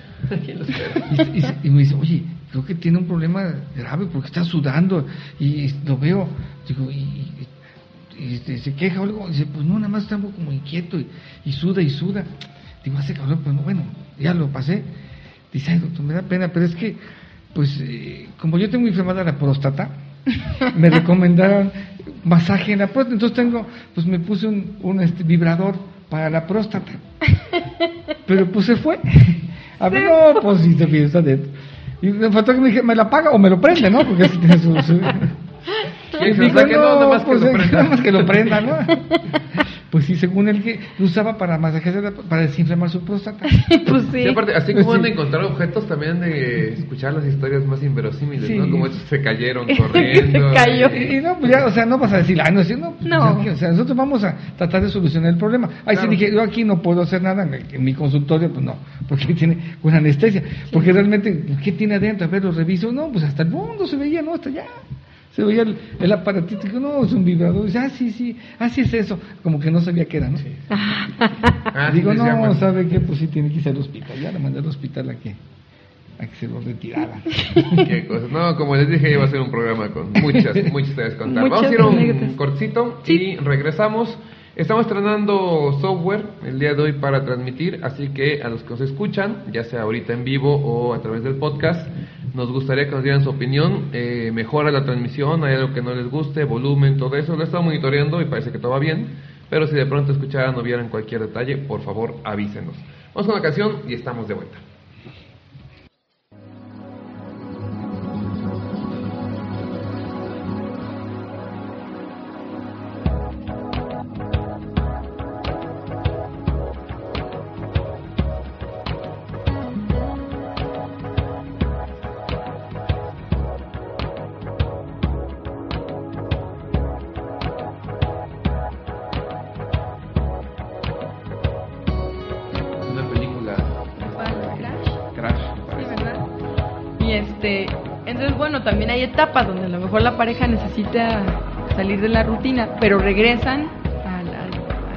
y, y, y me dice, oye, creo que tiene un problema grave porque está sudando y, y lo veo. Digo, y, y, y, y se queja o algo. Y dice, pues no, nada más está como inquieto y, y suda y suda. Digo, hace calor, pues no, bueno, ya lo pasé. Dice, ay, doctor, me da pena, pero es que, pues, eh, como yo tengo inflamada la próstata, me recomendaron masaje en la próstata, entonces tengo, pues me puse un, un este, vibrador para la próstata, pero pues se fue. A ver, no, pues si se piensa dentro. Y me faltó que me dije, ¿me la paga o me lo prende, no? Porque así tiene su... su... Y digo, no, que no, nada más pues, que lo prenda. nada más que lo prenda, ¿no? Pues sí, según él que lo usaba para masajear, para desinflamar su próstata. Pues sí. Sí, aparte, así como Pues han de sí. encontrar objetos, también de escuchar las historias más inverosímiles, Sí. ¿no? Como estos se cayeron corriendo. Se cayó. y- Y no, pues ya, o sea, no vas a decir, ay, no, sí, no, pues, No. ya, o sea, nosotros vamos a tratar de solucionar el problema. Ahí Claro. sí dije, yo aquí no puedo hacer nada, en, en mi consultorio, pues no, porque tiene una anestesia, porque realmente, ¿qué tiene adentro? A ver, lo reviso, no, pues hasta el mundo se veía, no, hasta allá. Se veía el, el aparatito, digo, no, es un vibrador, dice, ah, sí, sí, así es eso, como que no sabía qué era, ¿no? Ah, Digo, sí, no, decía, pues, ¿sabe qué? Pues sí, tiene que irse al hospital, ya la mandé al hospital a que, a que se lo retirara. qué cosas. No, como les dije, iba a ser un programa con muchas, muchas historias que contar. Muchas Vamos a ir a un anécdotas. cortito Sí. y regresamos. Estamos estrenando software el día de hoy para transmitir, así que a los que nos escuchan, ya sea ahorita en vivo o a través del podcast, nos gustaría que nos dieran su opinión. Eh, mejora la transmisión, hay algo que no les guste, volumen, todo eso. Lo he estado monitoreando y parece que todo va bien, pero si de pronto escucharan o vieran cualquier detalle, por favor avísenos. Vamos con la canción y estamos de vuelta. Una película Crash. Crash, Sí, parece. ¿verdad? Y este, entonces bueno, también hay etapas donde a lo mejor la pareja necesita salir de la rutina, pero regresan al, al-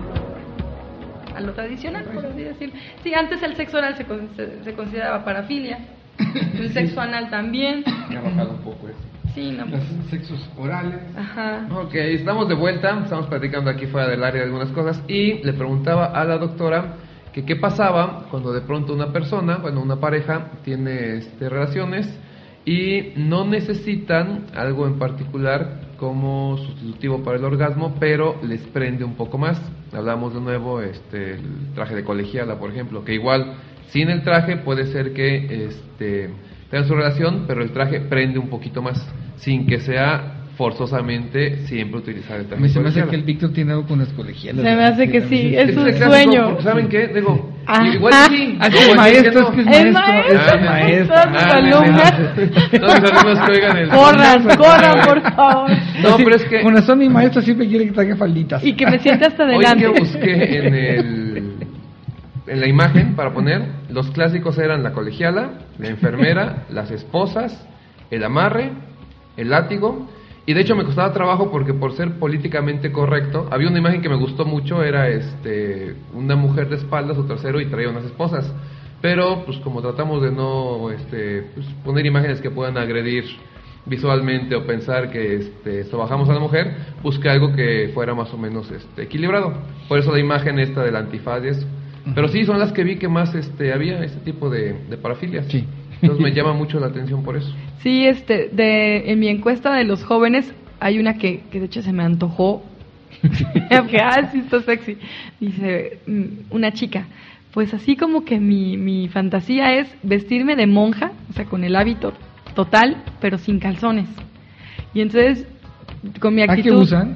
al- a lo tradicional, por así decirlo. Sí, antes el sexo oral se, con- se, se consideraba parafilia, el sexo anal también. Me ha bajado un poco eso. Sí, no. Los sexos orales. Ajá. Ok, estamos de vuelta, estamos platicando aquí fuera del área de algunas cosas y le preguntaba a la doctora que qué pasaba cuando de pronto una persona, bueno, una pareja tiene este, relaciones y no necesitan algo en particular como sustitutivo para el orgasmo, pero les prende un poco más. Hablamos de nuevo este el traje de colegiala, por ejemplo, que igual sin el traje puede ser que este tengan su relación, pero el traje prende un poquito más, sin que sea forzosamente siempre utilizar el traje. Me se me hace colegiala. que el Víctor tiene algo con las colegialas. Se me hace que sí, es Ese un el clásico, sueño. porque ¿saben qué? Digo, Ajá. igual sí. Ah, es ¿cómo que decir maestro, no? es que es Es maestro, maestro. es maestro. Son sus Ah, alumnas. Todos los alumnos que oigan el... Corran, corran, por favor. No, pero es que... Con razón mi maestro siempre quiere que traiga falditas. Y que me siente hasta Hoy adelante. que busqué en el en la imagen para poner, los clásicos eran la colegiala, la enfermera, las esposas, el amarre, el látigo, y de hecho me costaba trabajo porque por ser políticamente correcto, había una imagen que me gustó mucho, era este una mujer de espaldas, su trasero y traía unas esposas, pero pues como tratamos de no este pues, poner imágenes que puedan agredir visualmente o pensar que este sobajamos a la mujer, busqué algo que fuera más o menos este equilibrado. Por eso la imagen esta del antifaz y eso. Pero sí son las que vi que más este había este tipo de, de parafilias. Sí. Entonces me llama mucho la atención por eso. Sí, este, de, en mi encuesta de los jóvenes hay una que, que de hecho se me antojó. Que, ah, sí, está sexy. Dice mm, una chica, pues así como que mi, mi fantasía es vestirme de monja, o sea, con el hábito total, pero sin calzones. Y entonces, con mi ¿A qué actitud... usan?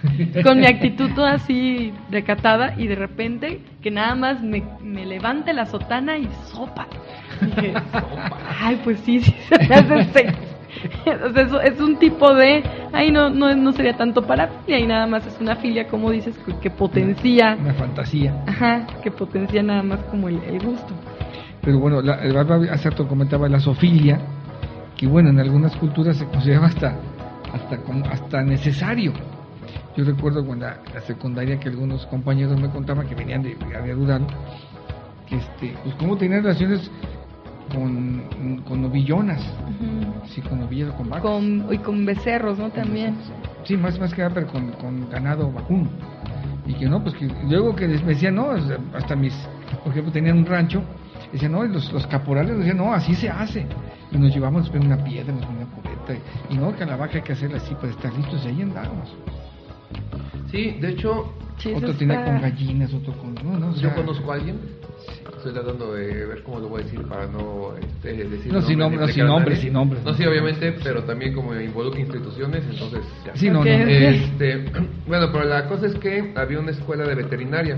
con mi actitud toda así recatada y de repente que nada más me, me levante la sotana y sopa. Dije, ay, pues sí, sí, se me hace seis. O sea, eso es un tipo de, ay, no, no, no sería tanto parafilia y nada más es una filia, como dices, que, que potencia. Una fantasía. Ajá, que potencia nada más como el, el gusto. Pero bueno, la, el Bárbara hace rato comentaba la zoofilia, que bueno, en algunas culturas se consideraba hasta, hasta, como, hasta necesario. Yo recuerdo cuando la, la secundaria que algunos compañeros me contaban que venían de área rural, que este, pues cómo tenían relaciones con, con novillonas, uh-huh. sí, con novillas o con vacas. Con, y con becerros, ¿no? También. Sí, más, más que nada, pero con, con ganado vacuno. Y que no, pues que luego que me decían, no, hasta mis, por ejemplo, tenían un rancho, decían, no, los, los caporales decían, no, así se hace. Y nos llevamos después una piedra, una cubeta, y, y no, que a la vaca hay que hacerla así para estar listos, y ahí andábamos. Sí, de hecho, sí, otro está... tenía con gallinas, otro con... No, no, o sea, yo conozco a alguien, estoy tratando de ver cómo lo voy a decir para no este, decir no, sin nombre, no, sin nombre, sin nombre. No, sí, obviamente, pero también como involucra instituciones, entonces ya. Sí, no, okay, no. Okay. Este, bueno, pero la cosa es que había una escuela de veterinaria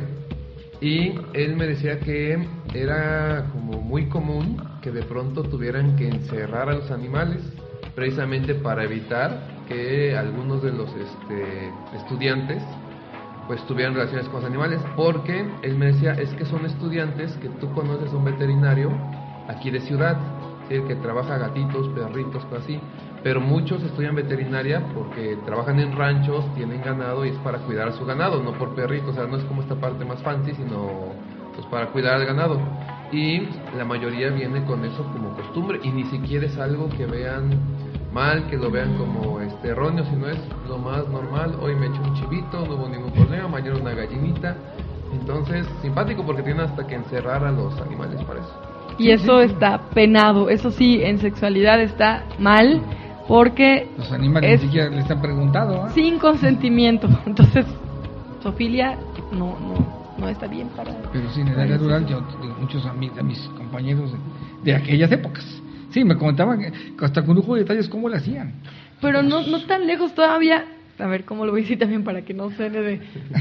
y él me decía que era como muy común que de pronto tuvieran que encerrar a los animales precisamente para evitar que algunos de los este, estudiantes pues tuvieran relaciones con los animales, porque él me decía, es que son estudiantes que tú conoces a un veterinario aquí de ciudad, ¿sí? Que trabaja gatitos, perritos, cosas así, pero muchos estudian veterinaria porque trabajan en ranchos, tienen ganado y es para cuidar a su ganado, no por perritos, o sea, no es como esta parte más fancy, sino pues para cuidar al ganado. Y la mayoría viene con eso como costumbre y ni siquiera es algo que vean mal, que lo vean como este erróneo, sino es lo más normal. Hoy me eché un chivito, no hubo ningún problema, mañana una gallinita. Entonces, simpático porque tienen hasta que encerrar a los animales para eso. Y eso está penado, eso sí, en sexualidad está mal, porque los animales ni siquiera les han preguntado, ¿eh? Sin consentimiento. Entonces, zoofilia no, no, no está bien para... Pero sí, en el área rural, yo digo, muchos amigos, de mis compañeros de, de aquellas épocas, sí, me comentaban que hasta con lujo de detalles cómo lo hacían. Pero no, no tan lejos todavía, a ver cómo lo voy a decir también para que no suene de...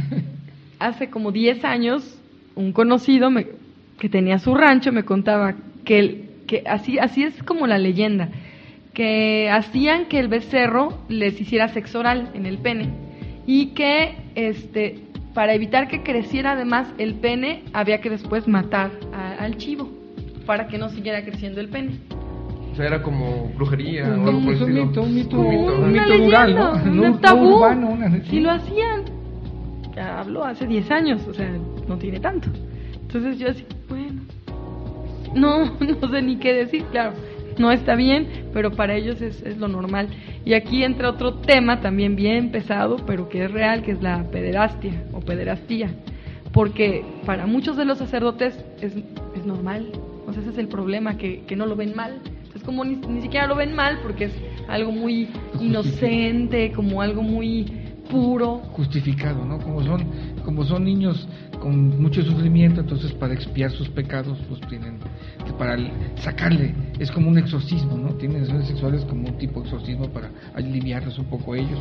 Hace como diez años, un conocido me, que tenía su rancho me contaba que, el, que así, así es como la leyenda, que hacían que el becerro les hiciera sexo oral en el pene y que este para evitar que creciera además el pene había que después matar a, al chivo para que no siguiera creciendo el pene. O sea, era como brujería un, o algo por un, el mito, un mito, un mito, una un mito leyenda, rural, ¿no? Un no, tabú. No urbano, una... Si lo hacían, ya habló hace diez años, o sea, no tiene tanto. Entonces yo así, bueno, no, no sé ni qué decir, claro, no está bien, pero para ellos es, es lo normal. Y aquí entra otro tema también bien pesado, pero que es real, que es la pederastia o pederastía, porque para muchos de los sacerdotes es, es normal, o sea, ese es el problema, que, que no lo ven mal. Es como ni, ni siquiera lo ven mal porque es algo muy inocente, como algo muy puro, justificado, ¿no? Como son, como son niños con mucho sufrimiento, entonces para expiar sus pecados, pues tienen, para sacarle, es como un exorcismo, ¿no? Tienen relaciones sexuales como un tipo de exorcismo para aliviarles un poco a ellos.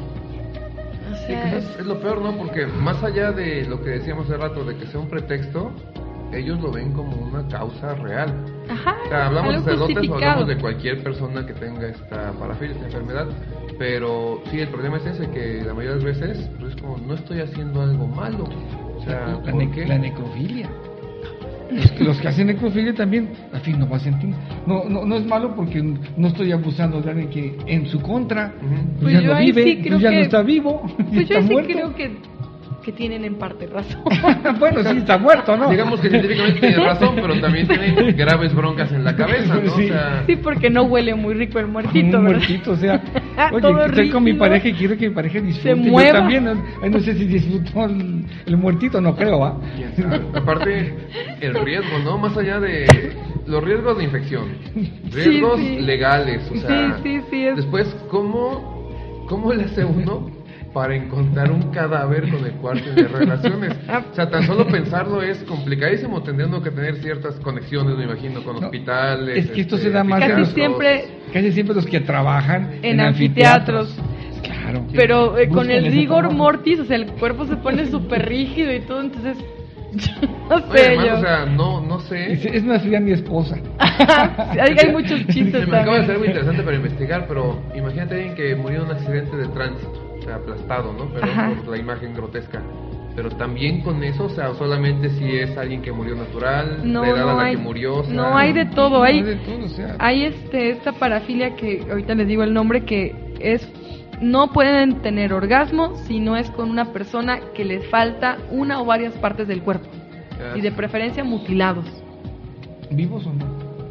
O Sí, sea, que es, es lo peor, ¿no? Porque más allá de lo que decíamos hace rato, de que sea un pretexto, ellos lo ven como una causa real. Ajá, o sea, hablamos de sacerdotes o hablamos de justificado. cualquier persona que tenga esta parafilia, esta enfermedad, pero sí, el problema es ese, que la mayoría de las veces pues, es como, no estoy haciendo algo malo. O sea, la, ¿por ne- qué? la necrofilia. Los, los que hacen necrofilia también, al fin no va a sentir. No, no, no es malo porque no estoy abusando de alguien que en su contra Ujú. pues Pues ya yo no ahí vive, sí pues creo ya que- no está vivo, Pues está yo sí muerto. creo que, que tienen en parte razón. Bueno, sí está muerto, ¿no? Digamos que científicamente tiene razón, pero también tienen graves broncas en la cabeza, ¿no? Sí. O sea, Sí, porque no huele muy rico el Como muertito, un ¿verdad? muertito, o sea, Todo oye, estoy con mi rígido. pareja y quiero que mi pareja disfrute. Se Yo mueva. también, no, ay, no sé si disfrutó el, el muertito, no creo, ¿ah? quién sabe. Aparte, el riesgo, ¿no? Más allá de los riesgos de infección, riesgos sí. legales, o sea, Sí, sí, sí, es- después, ¿cómo, ¿cómo le hace uno para encontrar un cadáver con el cual tener relaciones? O sea, tan solo pensarlo es complicadísimo, teniendo que tener ciertas conexiones, me imagino, con No, hospitales. es que esto este, se da más Casi a los- siempre Casi siempre los que trabajan en anfiteatros. Claro, Claro. Pero eh, con Búscale el ese rigor trabajo. mortis, o sea, el cuerpo se pone súper rígido y todo, entonces... no Oye, sé, además, yo. o sea, no, no sé. Dice, es más fría mi esposa. hay, hay muchos chistes Se me acaba de hacer también. muy interesante para investigar, pero imagínate a alguien que murió en un accidente de tránsito, o sea, aplastado, ¿no? Perdón Ajá. por la imagen grotesca. Pero también con eso, o sea, solamente si es alguien que murió natural, No, la edad no a la hay, que murió, o sea, no hay de todo, hay, No, de todo, o sea, hay este esta parafilia que ahorita les digo el nombre, que es no pueden tener orgasmo si no es con una persona que les falta una o varias partes del cuerpo ya y de preferencia mutilados. ¿Vivos o no?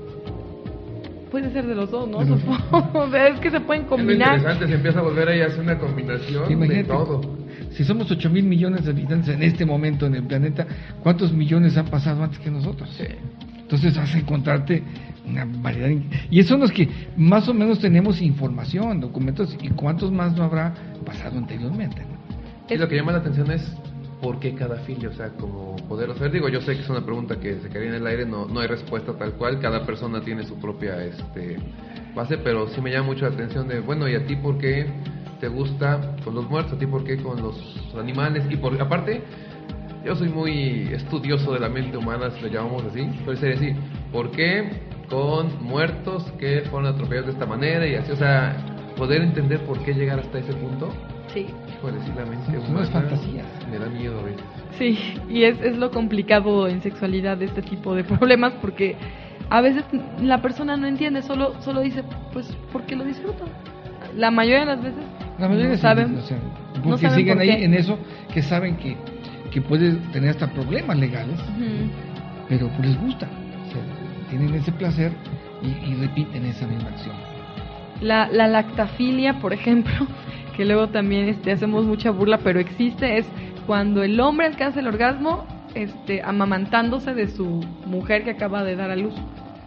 Puede ser de los dos, ¿no? De los Supongo. O sea, es que se pueden es lo combinar. interesante, se empieza a volver ahí a hacer una combinación Imagínate, de todo. si somos ocho mil millones de habitantes en este momento en el planeta, ¿cuántos millones han pasado antes que nosotros? Sí. Entonces vas a encontrarte una variedad. in- Y eso son los que más o menos tenemos información, documentos, y cuántos más no habrá pasado anteriormente, ¿no? Y lo que llama la atención es por qué cada filia, o sea, como poderlo saber. Digo, yo sé que es una pregunta que se quedaría en el aire, no, no hay respuesta tal cual, cada persona tiene su propia este, base, pero sí me llama mucho la atención de, bueno, ¿y a ti por qué te gusta con los muertos? ¿A ti por qué con los animales? Y por aparte, yo soy muy estudioso de la mente humana, si lo llamamos así, pero sería así, ¿por qué con muertos que fueron atropellados de esta manera? Y así, o sea, poder entender por qué llegar hasta ese punto. Sí. Híjole, sí, la mente Son humana unas fantasías. me da miedo a veces. Sí, y es, es lo complicado en sexualidad de este tipo de problemas, porque a veces la persona no entiende, solo solo dice, pues, porque lo disfruto. La mayoría de las veces La mayoría no sí, saben, o sea, no porque saben siguen por ahí qué. en eso, que saben que, que puede tener hasta problemas legales, Ujú. pero pues les gusta, o sea, tienen ese placer y, y repiten esa misma acción. La, la lactafilia, por ejemplo, que luego también este, hacemos mucha burla, pero existe, es cuando el hombre alcanza el orgasmo este, amamantándose de su mujer que acaba de dar a luz.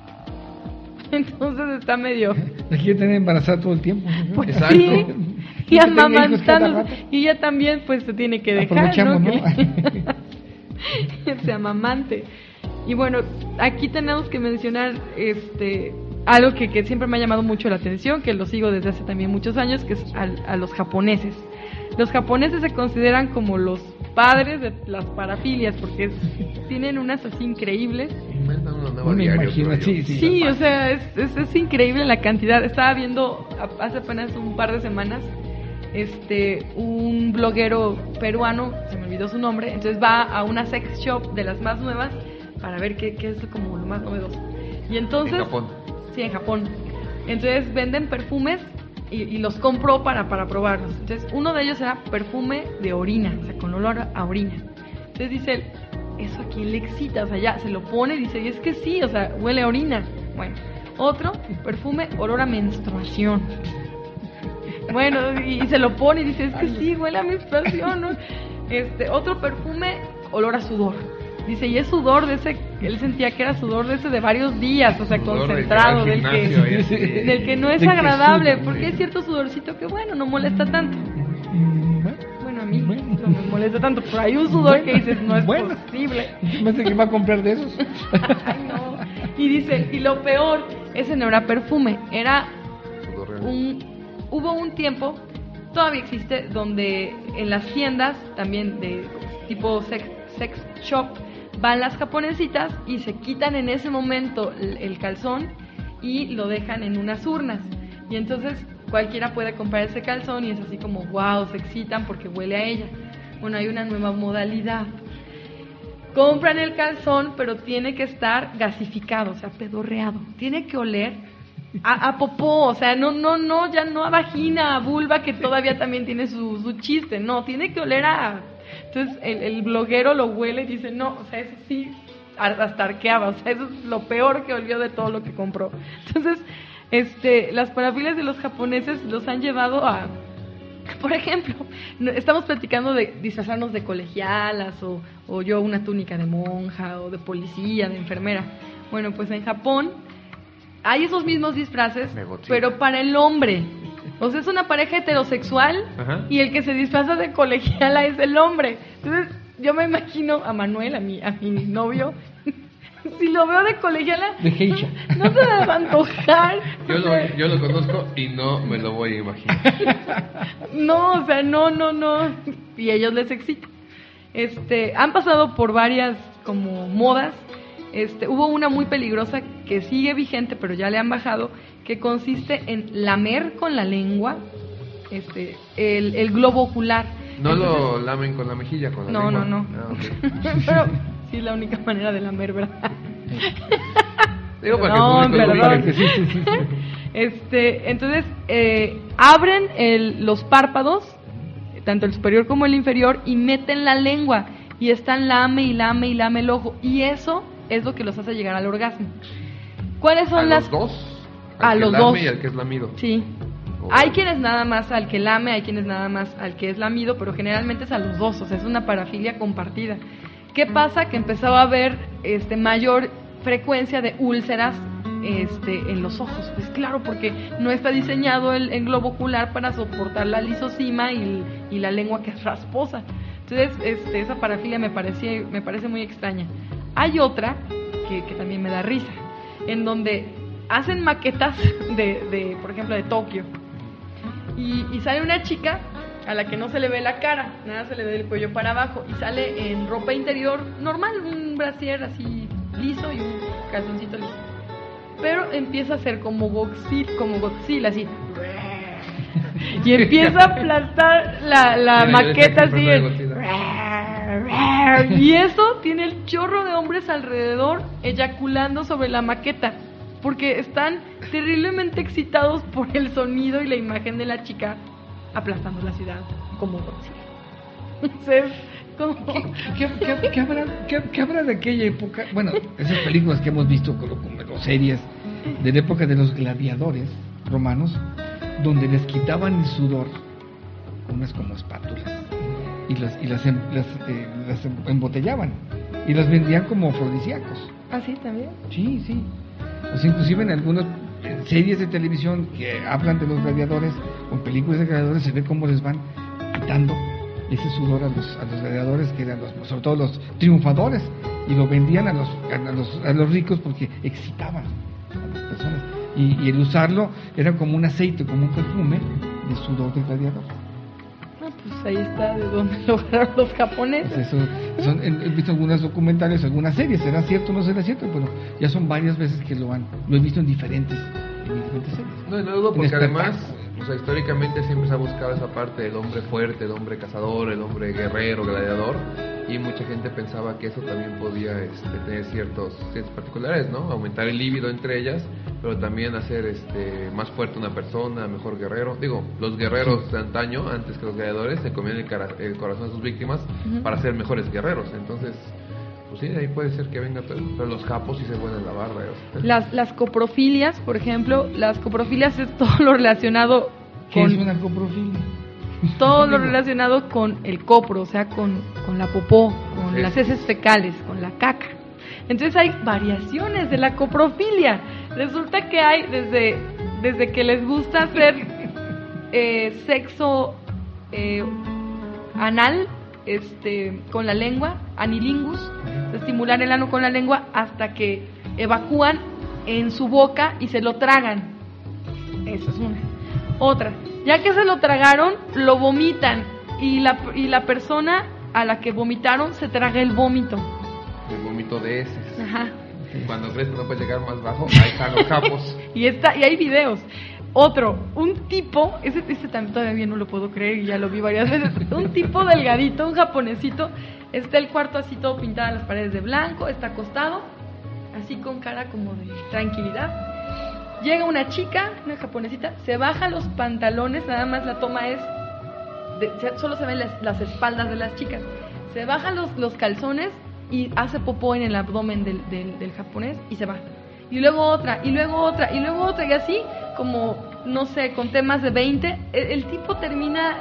Entonces está medio... La quiere tener embarazada todo el tiempo, ¿no? Pues Exacto. sí, y Que tenga hijos cada amamantándose. rato. Y ella también pues se tiene que dejar, Aprovechamos, ¿no? ¿no? Que se amamante. Y bueno, aquí tenemos que mencionar este algo que, que siempre me ha llamado mucho la atención, que lo sigo desde hace también muchos años, que es al- a los japoneses. Los japoneses se consideran como los padres de las parafilias, porque es- tienen unas así increíbles. Inventan una nueva Una diario, imagina- creo yo. sí, sí. Sí, o sea, es, es, es increíble la cantidad. Estaba viendo a- hace apenas un par de semanas este un bloguero peruano, se me olvidó su nombre, entonces va a una sex shop de las más nuevas para ver qué, qué es como lo más novedoso. Y entonces... En Japón. Sí, en Japón. Entonces venden perfumes y, y los compró para, para probarlos. Entonces uno de ellos era perfume de orina, o sea, con olor a orina. Entonces dice él, ¿eso a quién le excita? O sea, ya se lo pone y dice, y es que sí, o sea, huele a orina. Bueno, otro perfume, olor a menstruación. Bueno, y, y se lo pone y dice, es que sí, huele a menstruación, ¿no? Este, otro perfume, olor a sudor. Dice, y es sudor de ese, él sentía que era sudor de ese de varios días, o sea, Sudor del que concentrado, va al del gimnasio y que, así. del que no es De que agradable, suda, porque sí. hay cierto sudorcito que, bueno, no molesta tanto. Mm, bueno, Bueno, a mí Bueno. no me molesta tanto, pero hay un sudor que dices, no es Bueno. posible. me hace que va a comprar de esos. Ay, no. Y dice, y lo peor, ese no era perfume, era Sudor real. un, hubo un tiempo, todavía existe, donde en las tiendas también de tipo sex, sex shop van las japonesitas y se quitan en ese momento el, el calzón y lo dejan en unas urnas, y entonces cualquiera puede comprar ese calzón y es así como wow, se excitan porque huele a ella. Bueno, hay una nueva modalidad. Compran el calzón, pero tiene que estar gasificado, o sea, pedorreado. Tiene que oler a, a popó, o sea, no, no, no, ya no a vagina, a vulva, que todavía también tiene su, su chiste. No, tiene que oler a... Entonces el, el bloguero lo huele y dice, no, o sea, eso sí, hasta arqueaba, o sea, eso es lo peor que olió de todo lo que compró. Entonces, este, las parafilias de los japoneses los han llevado a... Por ejemplo, no- estamos platicando de disfrazarnos de colegialas o, o yo una túnica de monja o de policía, de enfermera. Bueno, pues en Japón hay esos mismos disfraces, Me boté. pero para el hombre. O sea, es una pareja heterosexual Ajá. y el que se disfraza de colegiala es el hombre. Entonces, yo me imagino a Manuel, a mi, a mi novio, si lo veo de colegiala, De geisha. no, no se me va a antojar. Yo lo, yo lo conozco y no me lo voy a imaginar. No, o sea, no, no, no. Y a ellos les excita. Este, han pasado por varias como modas. Este, hubo una muy peligrosa que sigue vigente, pero ya le han bajado, que consiste en lamer con la lengua este, el, el globo ocular. No Entonces, lo lamen con la mejilla, con la no, lengua. no, no, Ah, okay. Pero sí es la única manera de lamer, ¿verdad? Digo para Perdón, que el público perdón. lo ubique. Sí, sí, sí, sí. Este, entonces, eh, abren el, los párpados, tanto el superior como el inferior, y meten la lengua, y están lame y lame y lame el ojo, y eso es lo que los hace llegar al orgasmo. ¿Cuáles son ¿A las...? los dos? A Al que los lame dos. y al que es lamido. Sí. Oh. Hay quienes nada más al que lame, hay quienes nada más al que es lamido, pero generalmente es a los dos, o sea, es una parafilia compartida. ¿Qué pasa? Que empezaba a haber este, mayor frecuencia de úlceras este, en los ojos. Pues claro, porque no está diseñado el, el globo ocular para soportar la lisosima y, y la lengua que es rasposa. Entonces, este, esa parafilia me, parecía, me parece muy extraña. Hay otra que, que también me da risa, en donde hacen maquetas de, de por ejemplo, de Tokio. Y, y sale una chica a la que no se le ve la cara, nada se le ve el cuello para abajo, y sale en ropa interior normal, un brasier así liso y un calzoncito liso. Pero empieza a ser como Godzilla, como Godzilla así. Y empieza a aplastar la, la Mira, yo maqueta decía que así. persona el- Y eso tiene el chorro de hombres alrededor eyaculando sobre la maqueta, porque están terriblemente excitados por el sonido y la imagen de la chica aplastando la ciudad como Godzilla. Entonces, como... ¿Qué, qué- qué habrá, qué- qué habrá de aquella época? Bueno, esas películas que hemos visto, como, como las series de la época de los gladiadores romanos, donde les quitaban el sudor con unas como espátulas y las, y las, em- las, eh, las em- embotellaban y las vendían como afrodisíacos. ¿Ah, sí, también? Sí, sí. O sea, inclusive en algunas eh, series de televisión que hablan de los gladiadores o en películas de gladiadores se ve cómo les van quitando ese sudor a los, a los gladiadores, que eran los, sobre todo los triunfadores, y lo vendían a los, a los, a los ricos porque excitaban a las personas. Y, y el usarlo era como un aceite, como un perfume de sudor del gladiador. Ah, pues ahí está de donde lograron los japoneses. Pues eso, son, he he visto algunos documentales, algunas series, será cierto o no será cierto, pero ya son varias veces que lo han, lo he visto en diferentes, en diferentes series. No, no dudo, En porque además, espectáculos. o sea, históricamente siempre se ha buscado esa parte del hombre fuerte, el hombre cazador, el hombre guerrero, gladiador, y mucha gente pensaba que eso también podía este, tener ciertos, ciertos particulares, ¿no? Aumentar el líbido entre ellas, pero también hacer este, más fuerte una persona, mejor guerrero. Digo, los guerreros de antaño, antes que los gladiadores, se comían el, cara- el corazón de sus víctimas Ujú. para ser mejores guerreros. Entonces, pues sí, de ahí puede ser que venga todo, pero los capos sí se ponen la barra. ¿eh? Las, las coprofilias, por ejemplo, las coprofilias es todo lo relacionado ¿Qué con es una coprofilia? todo lo relacionado con el copro, o sea, con, con la popó, con Sí. las heces fecales, con la caca. Entonces hay variaciones de la coprofilia. Resulta que hay desde, desde que les gusta hacer eh, sexo eh, anal este, con la lengua, anilingus, estimular el ano con la lengua hasta que evacúan en su boca y se lo tragan. Esa es una. Otra, ya que se lo tragaron, lo vomitan y la, y la persona a la que vomitaron se traga el vómito. El vómito de heces. Ajá. Cuando crees que no puedes llegar más bajo, ahí están los capos. Y está, y hay videos. Otro, un tipo, ese, ese también todavía no lo puedo creer y ya lo vi varias veces. Un tipo delgadito, un japonesito, está el cuarto así todo pintado, las paredes de blanco, está acostado, así con cara como de tranquilidad. Llega una chica, una japonesita, se baja los pantalones, nada más la toma es, de, se- solo se ven las, las espaldas de las chicas. Se baja los, los calzones y hace popó en el abdomen del, del, del japonés y se va. Y luego otra, y luego otra, y luego otra, y así, como, no sé, conté más de veinte, el, el tipo termina,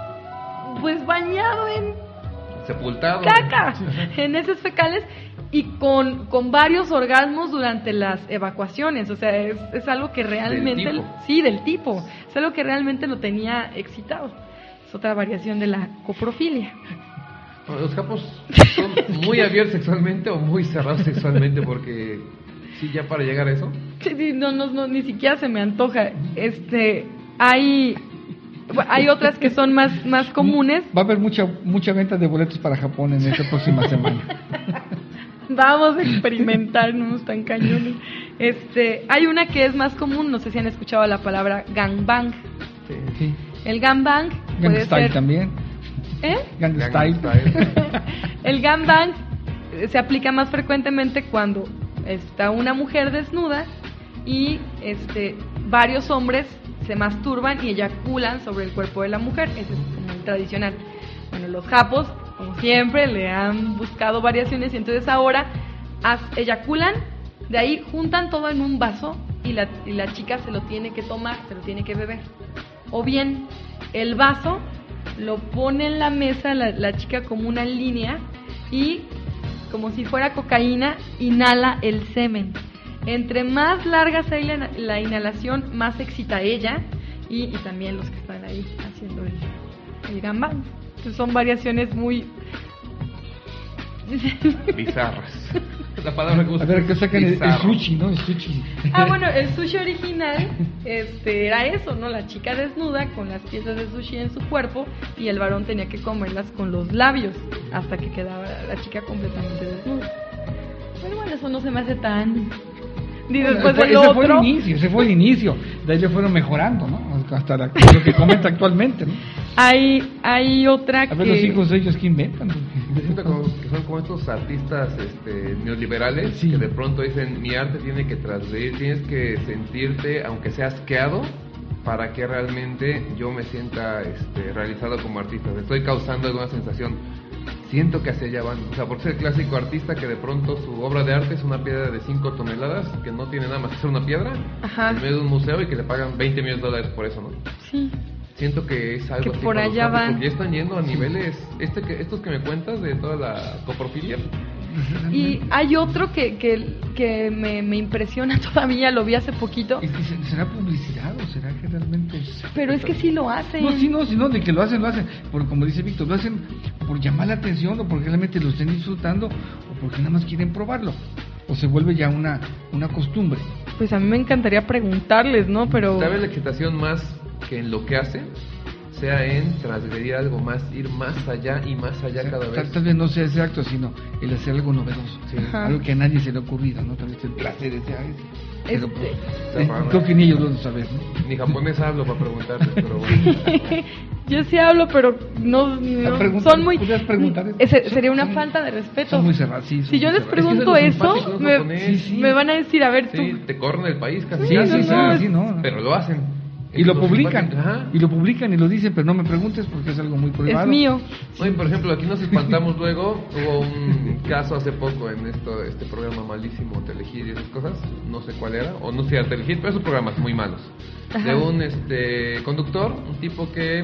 pues, bañado en Sepultado. caca, en heces fecales, y con, con varios orgasmos durante las evacuaciones. O sea, es, es algo que realmente... Del tipo. Sí, del tipo. Es algo que realmente lo tenía excitado. Es otra variación de la coprofilia. Los japos son muy abiertos sexualmente o muy cerrados sexualmente, porque sí, ya para llegar a eso. Sí, sí, no, no, no, ni siquiera se me antoja. Este, hay, hay otras que son más, más comunes. Va a haber mucha, mucha venta de boletos para Japón en esta próxima semana. Vamos a experimentar, no están cañones. Este, hay una que es más común, no sé si han escuchado la palabra gangbang. Sí. Sí. El gangbang puede Gang Style ser... también. ¿Eh? Gang Gang Style. Style. El gangbang se aplica más frecuentemente cuando está una mujer desnuda y este varios hombres se masturban y eyaculan sobre el cuerpo de la mujer. Ese es como el tradicional. Bueno, los japos, como siempre, le han buscado variaciones y entonces ahora as- eyaculan, de ahí juntan todo en un vaso y la, y la chica se lo tiene que tomar, se lo tiene que beber. O bien, el vaso lo pone en la mesa la, la chica como una línea y, como si fuera cocaína, inhala el semen. Entre más larga sea la, la inhalación, más excita a ella y, y también los que están ahí haciendo el, el gangbang. Entonces son variaciones muy... Bizarras. La palabra que A ver, que sacan el, el bizarro. sushi, ¿no? El sushi. Ah, bueno, el sushi original este, era eso, ¿no? La chica desnuda con las piezas de sushi en su cuerpo y el varón tenía que comerlas con los labios hasta que quedaba la chica completamente desnuda. Pero bueno, eso no se me hace tan... Ni después Ese del fue- ese fue el otro. inicio, ese fue el inicio. De ahí le fueron mejorando, ¿no? Hasta la- lo que comenta actualmente, ¿no? Hay, hay otra A ver los que... hijos de ellos que inventan. Yo siento como que son como estos artistas este, neoliberales Sí. que de pronto dicen: mi arte tiene que transgredir, tienes que sentirte, aunque sea asqueado, para que realmente yo me sienta este, realizado como artista. Estoy causando alguna sensación. Siento que hacia allá van. O sea, por ser el clásico artista que de pronto su obra de arte es una piedra de cinco toneladas, que no tiene nada más que ser una piedra, Ajá. en medio de un museo y que le pagan veinte millones de dólares por eso, ¿no? Sí. Siento que es algo Que así por con los allá japos, van. porque ya están yendo a niveles, este que, estos que me cuentas de toda la coprofilia. Y hay otro que, que, que me, me impresiona todavía, lo vi hace poquito, ¿Y- y ¿Será publicidad o será que realmente es... pero es que sí lo hacen. No, sí, no, sí, no, de que lo hacen, lo hacen, por, como dice Víctor, lo hacen por llamar la atención o porque realmente lo estén disfrutando o porque nada más quieren probarlo. O se vuelve ya una, una costumbre. Pues a mí me encantaría preguntarles, ¿no? Pero... Tal vez la excitación más que en lo que hace sea en transgredir algo más, ir más allá y más allá cada Tal, vez. tal vez no sea ese acto, sino el hacer algo novedoso. Sí. Ajá. Algo que a nadie se le ha ocurrido, ¿no? Tal vez el placer ese. ay, pero, Este- pues, Está eh, raro. creo que ni ellos lo saben, ¿no? Ni japonés hablo para preguntarles, pero bueno. Yo sí hablo, pero no, no- pregunta- son muy... ¿podrías preguntar? Ese- sería una Son- falta de respeto. Son muy cerrados, sí. son Si yo muy les cerrados. pregunto Es que son los eso, simpáticos me, japoneses. Sí, sí. me van a decir, a ver tú... Sí, te corren el país casi. Sí, casi, sí, sí, no, sí, no. Pero lo hacen. Y lo Los publican, simpáticos, ajá. y lo publican y lo dicen, pero no me preguntes porque es algo muy privado. Es mío. No, y por ejemplo, aquí nos espantamos luego. Hubo un caso hace poco en esto, este programa malísimo, Telehit y esas cosas. No sé cuál era, o no sé si era Telehit, pero esos programas muy malos. Ajá. De un este conductor, un tipo que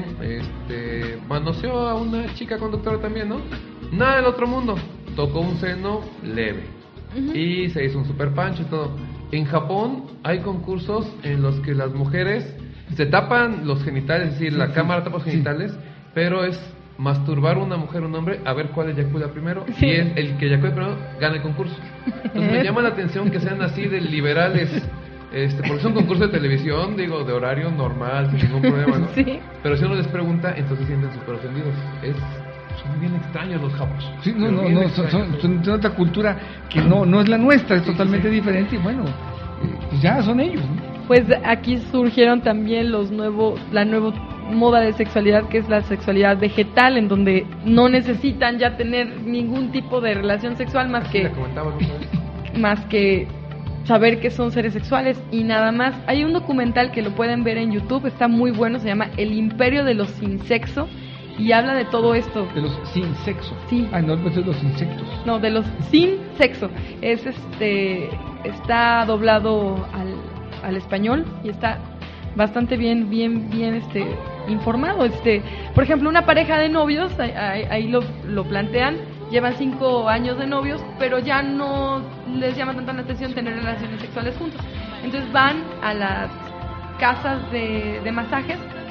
este manoseó a una chica conductora también, ¿no? Nada del otro mundo. Tocó un seno leve. Ujú. Y se hizo un super pancho y todo. En Japón hay concursos en los que las mujeres se tapan los genitales, es decir, Sí, la sí, cámara tapa los sí. genitales, pero es masturbar una mujer o un hombre a ver cuál eyacula primero, Sí. y es el que eyacula primero gana el concurso. Entonces me llama la atención que sean así de liberales, este, porque es un concurso de televisión, digo, de horario normal, sin ningún problema, ¿no? Sí. Pero si uno les pregunta, entonces sienten súper ofendidos. Es, son bien extraños los japos. Sí, no, Pero no, bien no, son, extraños. son, son de otra cultura que no, no es la nuestra, es Sí, sí, totalmente sí. diferente y bueno, eh, pues ya son ellos, ¿no? Pues aquí surgieron también los nuevos, la nueva moda de sexualidad, que es la sexualidad vegetal, en donde no necesitan ya tener ningún tipo de relación sexual más Sí, que la comentaba alguna vez. más que saber que son seres sexuales y nada más. Hay un documental que lo pueden ver en YouTube, está muy bueno, se llama El Imperio de los Sin Sexo y habla de todo esto. De los sin sexo. Sí. Ah, no, pues de los insectos. No, de los sin sexo. Es este está doblado al, al español y está bastante bien bien bien este informado. Este, por ejemplo, una pareja de novios, ahí, ahí- ahí lo, lo plantean, llevan cinco años de novios, pero ya no les llama tanta la atención tener relaciones sexuales juntos. Entonces van a las casas de, de masajes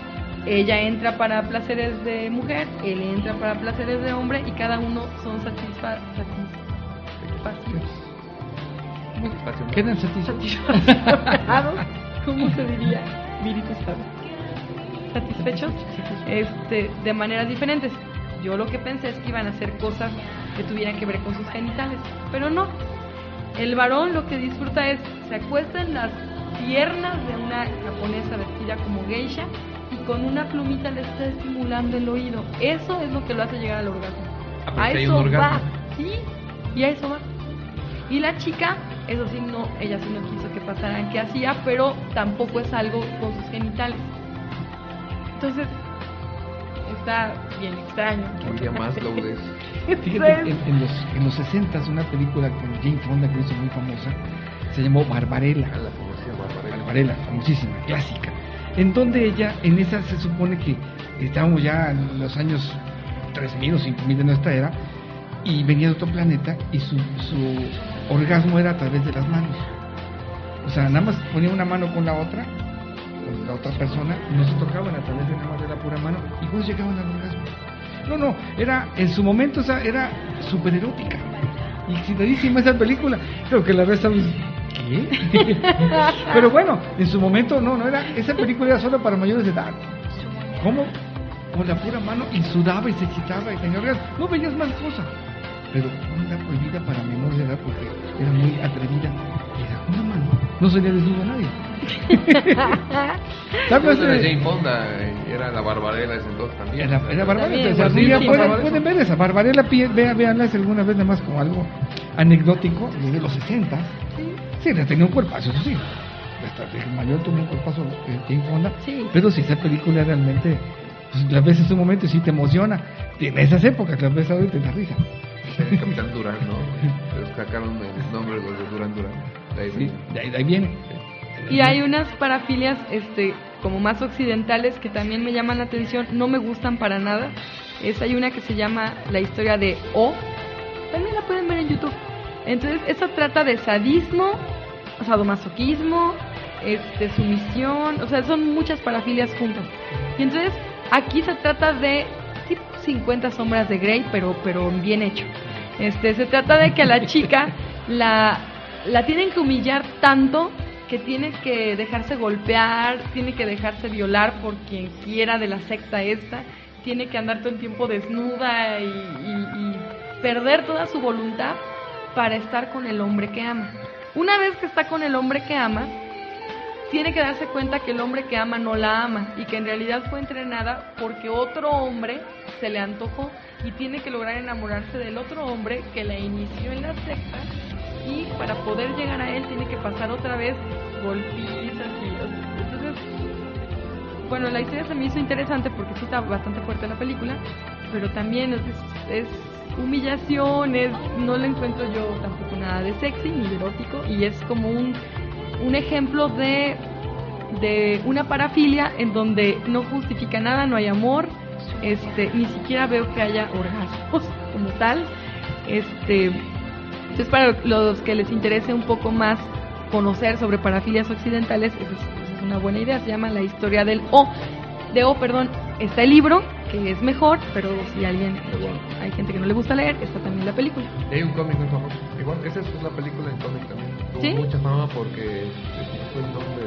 ella entra para placeres de mujer, él entra para placeres de hombre y cada uno son satisfa satisfacidos. Quedan satisfechos. ¿Cómo se diría? Virito sabe. Satisfechos este, de maneras diferentes. Yo lo que pensé es que iban a hacer cosas que tuvieran que ver con sus genitales, pero no. El varón lo que disfruta es, se acuesta en las piernas de una japonesa vestida como geisha y con una plumita le está estimulando el oído. Eso es lo que lo hace llegar al orgasmo. Ah, a eso va, ¿sí? Y a eso va. Y la chica, eso sí, no, ella sí no quiso que pasaran qué hacía, pero tampoco es algo con sus genitales. Entonces, está bien extraño. Quería más Lourdes. Fíjate, en, en los en los sesentas una película con Jane Fonda que hizo muy famosa se llamó Barbarella. Ah, la famosísima Barbarella. Barbarella, famosísima, clásica. En donde ella, en esa se supone que estábamos ya en los años tres mil o cinco mil de nuestra era y venía de otro planeta y su, su orgasmo era a través de las manos. O sea, nada más ponía una mano con la otra, con la otra persona, y no se tocaban a través de nada más de la pura mano y cuando llegaban al orgasmo. No, no, era, en su momento, o sea, era súper erótica y excitadísima esa película. Creo que la ves, ¿sabes? ¿Qué? Pero bueno, en su momento, no, no era, esa película era solo para mayores de edad. ¿Cómo? Con la pura mano y sudaba y se excitaba y tenía orgasmo. No veías más cosas. Pero era prohibida para menores de edad porque era muy atrevida. Era una mano. No salía desnudo a nadie. ¿Sabes? Era Jane Fonda, era la Barbarella ese entonces también. Era, era Barbarella. También, O sea, sí, ya sí, pueden, sí. pueden ver esa Barbarella, vean, veanlas alguna vez, nada más como algo anecdótico, desde los sesenta. Sí, sí, tenía un cuerpazo, eso sí. Hasta el mayor tuvo un cuerpazo eh, Jane Fonda. Sí. Pero si esa película realmente, pues, la ves en su momento y sí te emociona. En esas épocas, la ves ahorita y te da risa. El Capitán Durán, ¿no? Pero sacaron el nombre de Durán Durán. De ahí, Sí, de ahí, de ahí viene. Y hay unas parafilias este, como más occidentales que también me llaman la atención, no me gustan para nada. Es, hay una que se llama La historia de O, también la pueden ver en YouTube. Entonces, esa trata de sadismo, sadomasoquismo, este, sumisión, o sea, son muchas parafilias juntas. Y entonces, aquí se trata de tipo cincuenta sombras de Grey, pero, pero bien hecho. Este, se trata de que a la chica la, la tienen que humillar tanto que tiene que dejarse golpear, tiene que dejarse violar por quien quiera de la secta esta, tiene que andar todo el tiempo desnuda y, y, y perder toda su voluntad para estar con el hombre que ama. Una vez que está con el hombre que ama, tiene que darse cuenta que el hombre que ama no la ama y que en realidad fue entrenada porque otro hombre se le antojó y tiene que lograr enamorarse del otro hombre que la inició en la secta. Y para poder llegar a él tiene que pasar otra vez golpizas y... Entonces, bueno, la historia se me hizo interesante porque sí está bastante fuerte la película, pero también es, es humillación, es, no le encuentro yo tampoco nada de sexy ni de erótico y es como un, un ejemplo de, de una parafilia en donde no justifica nada, no hay amor, este, ni siquiera veo que haya orgasmos como tal, este... Entonces, para los que les interese un poco más conocer sobre parafilias occidentales, esa es, esa es una buena idea. Se llama La historia del O. De O, perdón, está el libro, que es mejor, pero si alguien, bueno, hay gente que no le gusta leer, está también la película. Y hay un cómic muy famoso. Igual, esa es la película en cómic también. Tuvo ¿Sí? mucha fama porque este, fue el nombre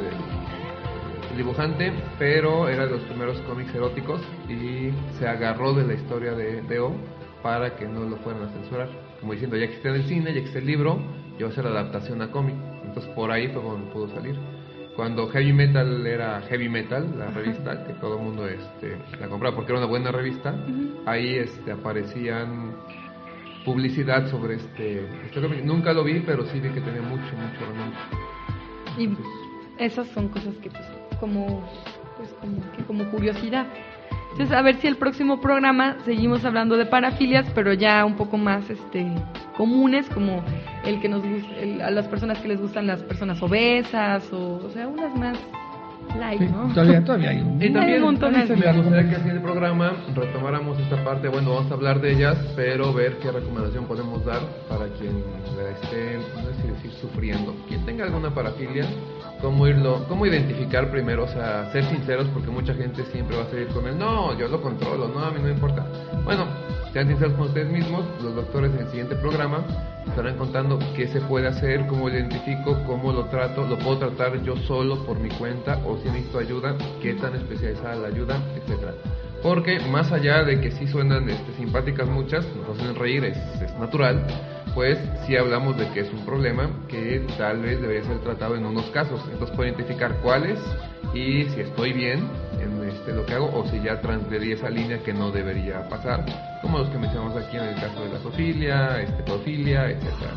del dibujante, pero era de los primeros cómics eróticos y se agarró de la historia de, de O para que no lo fueran a censurar. Como diciendo, ya existe en el cine, ya existe el libro, yo voy a hacer la adaptación a cómic. Entonces por ahí fue cuando pudo salir. Cuando Heavy Metal era Heavy Metal, la revista, que todo el mundo este, la compraba porque era una buena revista, uh-huh. Ahí este, aparecían publicidad sobre este, este cómic. Nunca lo vi, pero sí vi que tenía mucho, mucho renombre. Y Entonces, esas son cosas que pues como, pues, como, que como curiosidad. Entonces, a ver si el próximo programa seguimos hablando de parafilias, pero ya un poco más este comunes, como el que nos gusta, el, a las personas que les gustan las personas obesas, o, o sea, unas más light, ¿no? Sí, todavía, todavía hay un, y también, hay un montón me de gustaría que así en el programa retomáramos esta parte, bueno, vamos a hablar de ellas, pero ver qué recomendación podemos dar para quien la esté, no sé si decir, sufriendo. Quien tenga alguna parafilia, cómo irlo, cómo identificar primero, o sea, ser sinceros, porque mucha gente siempre va a seguir con el no, yo lo controlo, no, a mí no me importa. Bueno, sean sinceros con ustedes mismos. Los doctores en el siguiente programa estarán contando qué se puede hacer, cómo lo identifico, cómo lo trato, lo puedo tratar yo solo por mi cuenta o si necesito ayuda, qué tan especializada la ayuda, etcétera. Porque más allá de que sí suenan este, simpáticas muchas, nos hacen reír, es, es natural, pues sí hablamos de que es un problema que tal vez debería ser tratado en unos casos. Entonces puedo identificar cuáles y si estoy bien en este, lo que hago o si ya transgredí esa línea que no debería pasar, como los que mencionamos aquí en el caso de la zoofilia, este, pedofilia, etcétera.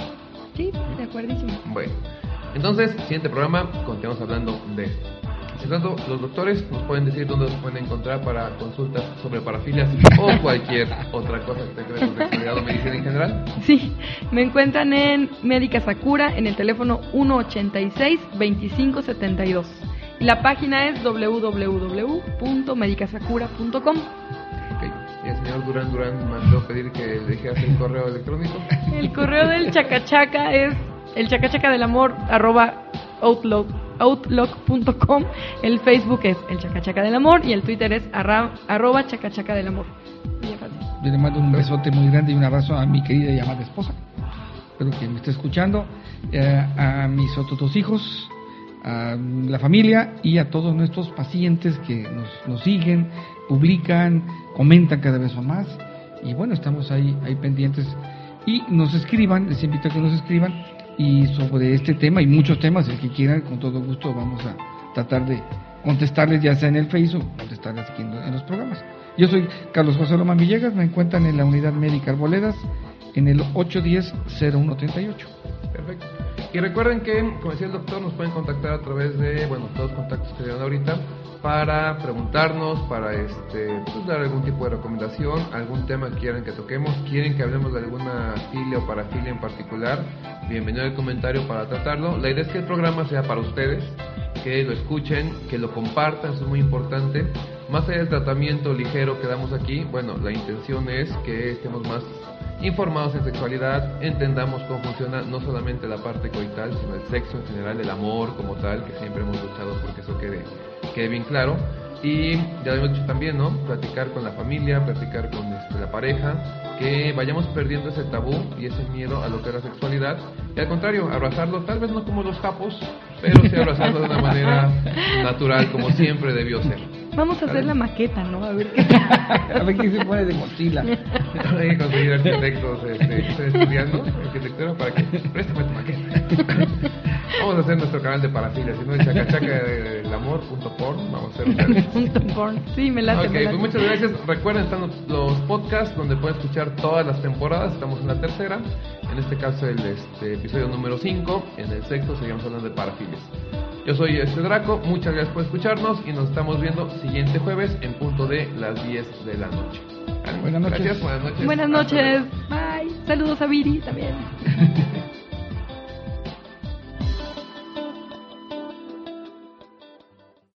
Sí, de acuerdísimo. Bueno, entonces, siguiente programa, continuamos hablando de esto. Mientras tanto, los doctores nos pueden decir dónde los pueden encontrar para consultas sobre parafilias o cualquier otra cosa que tenga que ver con sexualidad o medicina en general. Sí, me encuentran en Médica Sakura en el teléfono uno ochenta y seis, veinticinco setenta y dos. Y la página es doble u doble u doble u punto médica sakura punto com. Okay. Y el señor Durán Durán mandó pedir que le dejaras el correo electrónico. El correo del chacachaca es el chacachaca del amor arroba outlook outlook punto com. El Facebook es el chacachaca del amor y el Twitter es arra, arroba chacachaca del amor. Bien fácil. Yo le mando un besote muy grande y un abrazo a mi querida y amada esposa. Espero que me esté escuchando, eh, a mis otros hijos, a la familia y a todos nuestros pacientes que nos, nos siguen, publican, comentan, cada vez son más. Y bueno, estamos ahí, ahí pendientes. Y nos escriban, les invito a que nos escriban. Y sobre este tema y muchos temas, el que quieran, con todo gusto vamos a tratar de contestarles, ya sea en el Facebook o contestarles aquí en, en los programas. Yo soy Carlos José Lomán Villegas, me encuentran en la Unidad Médica Arboledas en el ocho diez, cero uno treinta y ocho. Perfecto. Y recuerden que, como decía el doctor, nos pueden contactar a través de, bueno, todos los contactos que dieron ahorita, para preguntarnos, para este, pues, dar algún tipo de recomendación, algún tema que quieran que toquemos, quieren que hablemos de alguna filia o parafilia en particular, bienvenido al comentario para tratarlo. La idea es que el programa sea para ustedes, que lo escuchen, que lo compartan, eso es muy importante. Más allá del tratamiento ligero que damos aquí, bueno, la intención es que estemos más informados en sexualidad, entendamos cómo funciona no solamente la parte coital, sino el sexo en general, el amor como tal, que siempre hemos luchado porque eso quede, quede bien claro. Y ya lo hemos dicho también, ¿no? Platicar con la familia, platicar con este, la pareja, que vayamos perdiendo ese tabú y ese miedo a lo que es la sexualidad. Y al contrario, abrazarlo, tal vez no como los japos, pero sí abrazarlo de una manera natural, como siempre debió ser. Vamos a hacer la maqueta, ¿no? A ver qué A ver quién se pone de Godzilla. Hay que conseguir arquitectos este, que estén estudiando arquitectura para que préstame tu maqueta. Vamos a hacer nuestro canal de parafilia, si no, el chacachaca del amor punto porn. Vamos a hacer un punto porn. Sí, me late, Ok, me late. pues muchas gracias. Recuerden, están los, los podcasts donde pueden escuchar todas las temporadas. Estamos en la tercera. En este caso, el este, episodio número cinco. En el sexto seguimos hablando de parafilias. Yo soy este Draco, muchas gracias por escucharnos y nos estamos viendo siguiente jueves en punto de las diez de la noche. Buenas noches. Gracias, buenas noches. Buenas noches. Bye. Saludos a Viri también.